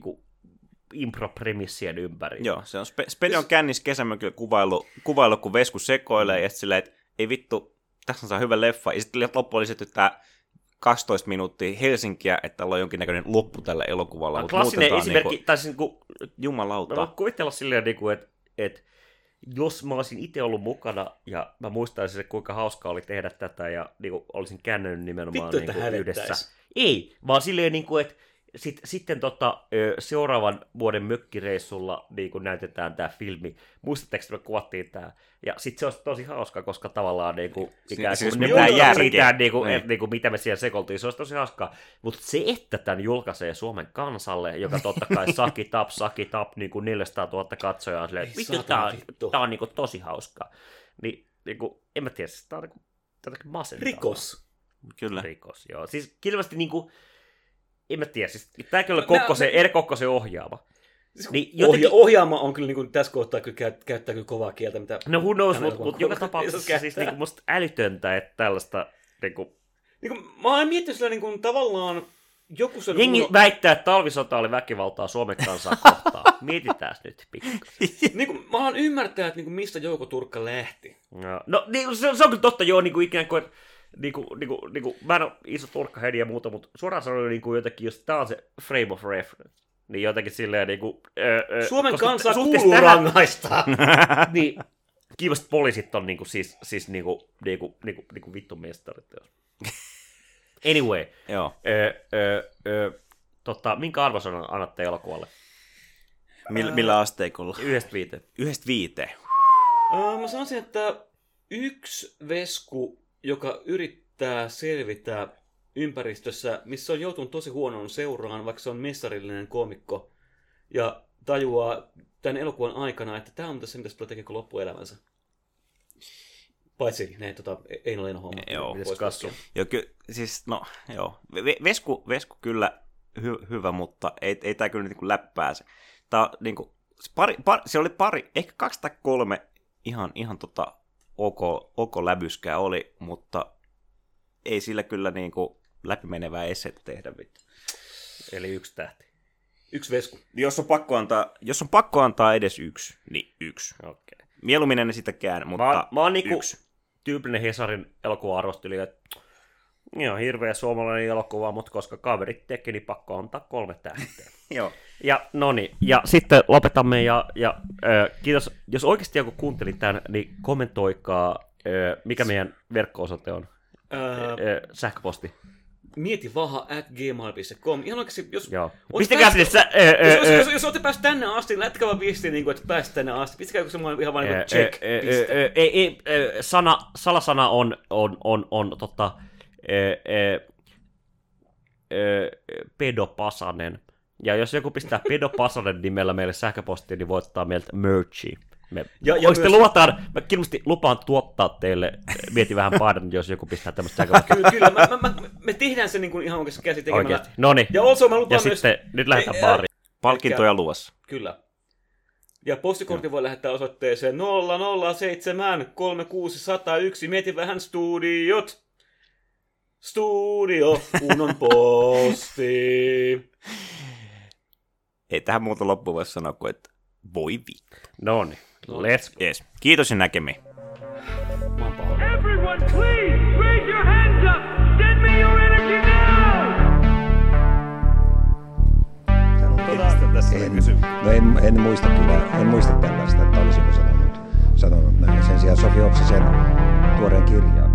impro-premissien ympäri. Joo, se on Spede on kännissä kesämökillä kuvailu, kun Vesku sekoilee, ja silleen, että ei vittu, tässä on hyvä leffa, ja sitten loppu oli tämä 12 minuuttia Helsinkiä, että ollaan jonkinnäköinen loppu tällä elokuvalla. Klassinen esimerkki, tai siis jumalauta. Mä voin kuvitella silleen, että jos mä olisin itse ollut mukana ja mä muistaisin, kuinka hauskaa oli tehdä tätä ja olisin kännönyt nimenomaan yhdessä. Ei, vaan silleen, Sitten seuraavan vuoden mökkireissulla niin kun näytetään tämä filmi. Muistatteko, että me kuvattiin tämä? Ja sitten se olisi tosi hauska, koska tavallaan niin kuin, ikään kuin ne muistaa siitä, niin kuin, mitä me siellä sekoltiin. Se olisi tosi hauskaa. Mutta se, että tämän julkaisee Suomen kansalle, joka totta kai saki tap, niin kuin 400 000 katsojaa on silleen, että tämä on niin kuin, tosi hauskaa. Niin kuin, en mä tiedä, tämä on jotenkin masentavaa. Rikos. Kyllä. Rikos, joo. Siis kilvästi niin kuin, en mä tiedä, siis tämä kyllä Eri Kokkosen ohjaama. Niin ohjaama on kyllä niin kuin, tässä kohtaa kyllä käyttää kyllä kovaa kieltä. Mitä no who knows, mutta joka tapauksessa siis niin kuin, musta älytöntä, että tällaista... Niin kuin mä olen miettinyt sillä niin kuin, tavallaan... Jengi väittää, että talvisota oli väkivaltaa Suomen kansaa kohtaan. Mietitään nyt pikkuisen. Niin mä haluan ymmärtää, että niin kuin, mistä Jouko Turkka lähti. No niin, se on kyllä totta, joo, niin kuin ikään kuin... mä en ole iso Turkka-heidi ja muuta, mutta suoraan sanoen niin kuin jotenkin, jos tämä on se frame of reference, niin jotenkin silleen niin kuin... Suomen kansaa kuuluu rangaistaa. Niin, kiivasti poliisit on niin kuin, siis niin kuin vittun mestarit. Anyway. Joo. Minkä arvosanan annatte elokuvalle? Millä asteikolla? 1-5. Mä sanoisin, että 1 vesku, joka yrittää selvitä ympäristössä, missä on joutunut tosi huonoon seuraan, vaikka se on mestarillinen koomikko, ja tajuaa tämän elokuvan aikana, että tämä on tässä, mitä se tulee tekemään loppuelämänsä. Paitsi ne Eino Leino homma. Joo, siis no, joo. Vesku kyllä hyvä, mutta ei tämä kyllä niin kuin läppääse. Tää niin kuin, se oli pari, ehkä 2 tai 3 ihan ok läbyskää oli, mutta ei sillä kyllä niin kuin läpimenevää essettä tehdä vittu. Eli 1 tähti. 1 vesku. Jos on pakko antaa edes 1, niin 1. Okay. Mieluummin en sitäkään, mutta mä oon niinku tyypillinen Hesarin elokuva-arvostelija, että ihan hirveä suomalainen elokuva, mutta koska kaverit teki, niin pakko antaa 3 tähteä. Joo. Ja noniin, ja sitten lopetamme, kiitos, jos oikeasti joku kuunteli tämän, niin kommentoikaa, mikä meidän verkko-osoite on, sähköposti. Mietivaha@gmail.com. Ihan oikeasti, jos olette päässyt tänne asti, lätkä vaan viestiä, niin kuin, että pääsit tänne asti. Pistäkää joku semmoinen ihan vain niin check. Salasana on pedopasanen. Ja jos joku pistää pedopasanen nimellä meille sähköpostiin, niin voittaa meiltä merchia. Oikeasti lupaan tuottaa teille, mieti vähän paidan, jos joku pistää tämmöistä sähköpostia. Kyllä, me tehdään se niin kuin ihan oikeasti käsi tekemällä. Noniin. Ja also mä lupaan myös... sitten nyt lähdetään baariin. Palkintoja luvassa. Kyllä. Ja postikortin voi lähettää osoitteeseen 007 36101. Mieti vähän studiot. Studio, kunnon posti. Ei tähän muuta loppuun voi sanoa kuin, että voi vittu. Noniin, let's go. Yes. Kiitos ja näkemiin. Everyone, please raise your hands up. Send me your energy now. En muista tällaista, että olisiko sanonut näin. Sen sijaan Sofi Oksasen tuoreen kirjaa.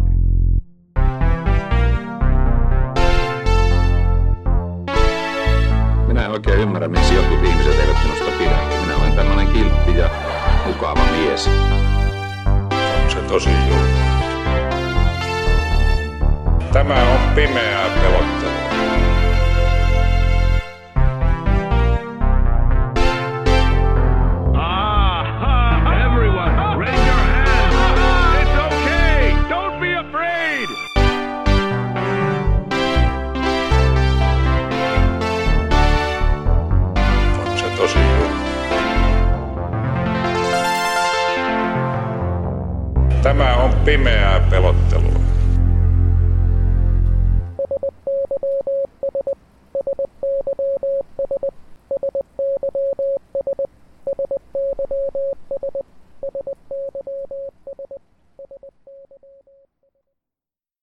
Minä en oikein ymmärrä, miksi jotkut ihmiset eivät minusta pidä. Minä olen tämmöinen kiltti ja mukava mies. On se tosi juttu. Tämä on pimeää pelottelua. Everyone, raise your hands. It's okay. Don't be afraid. On se tosi juttu. Tämä on pimeää pelottelua.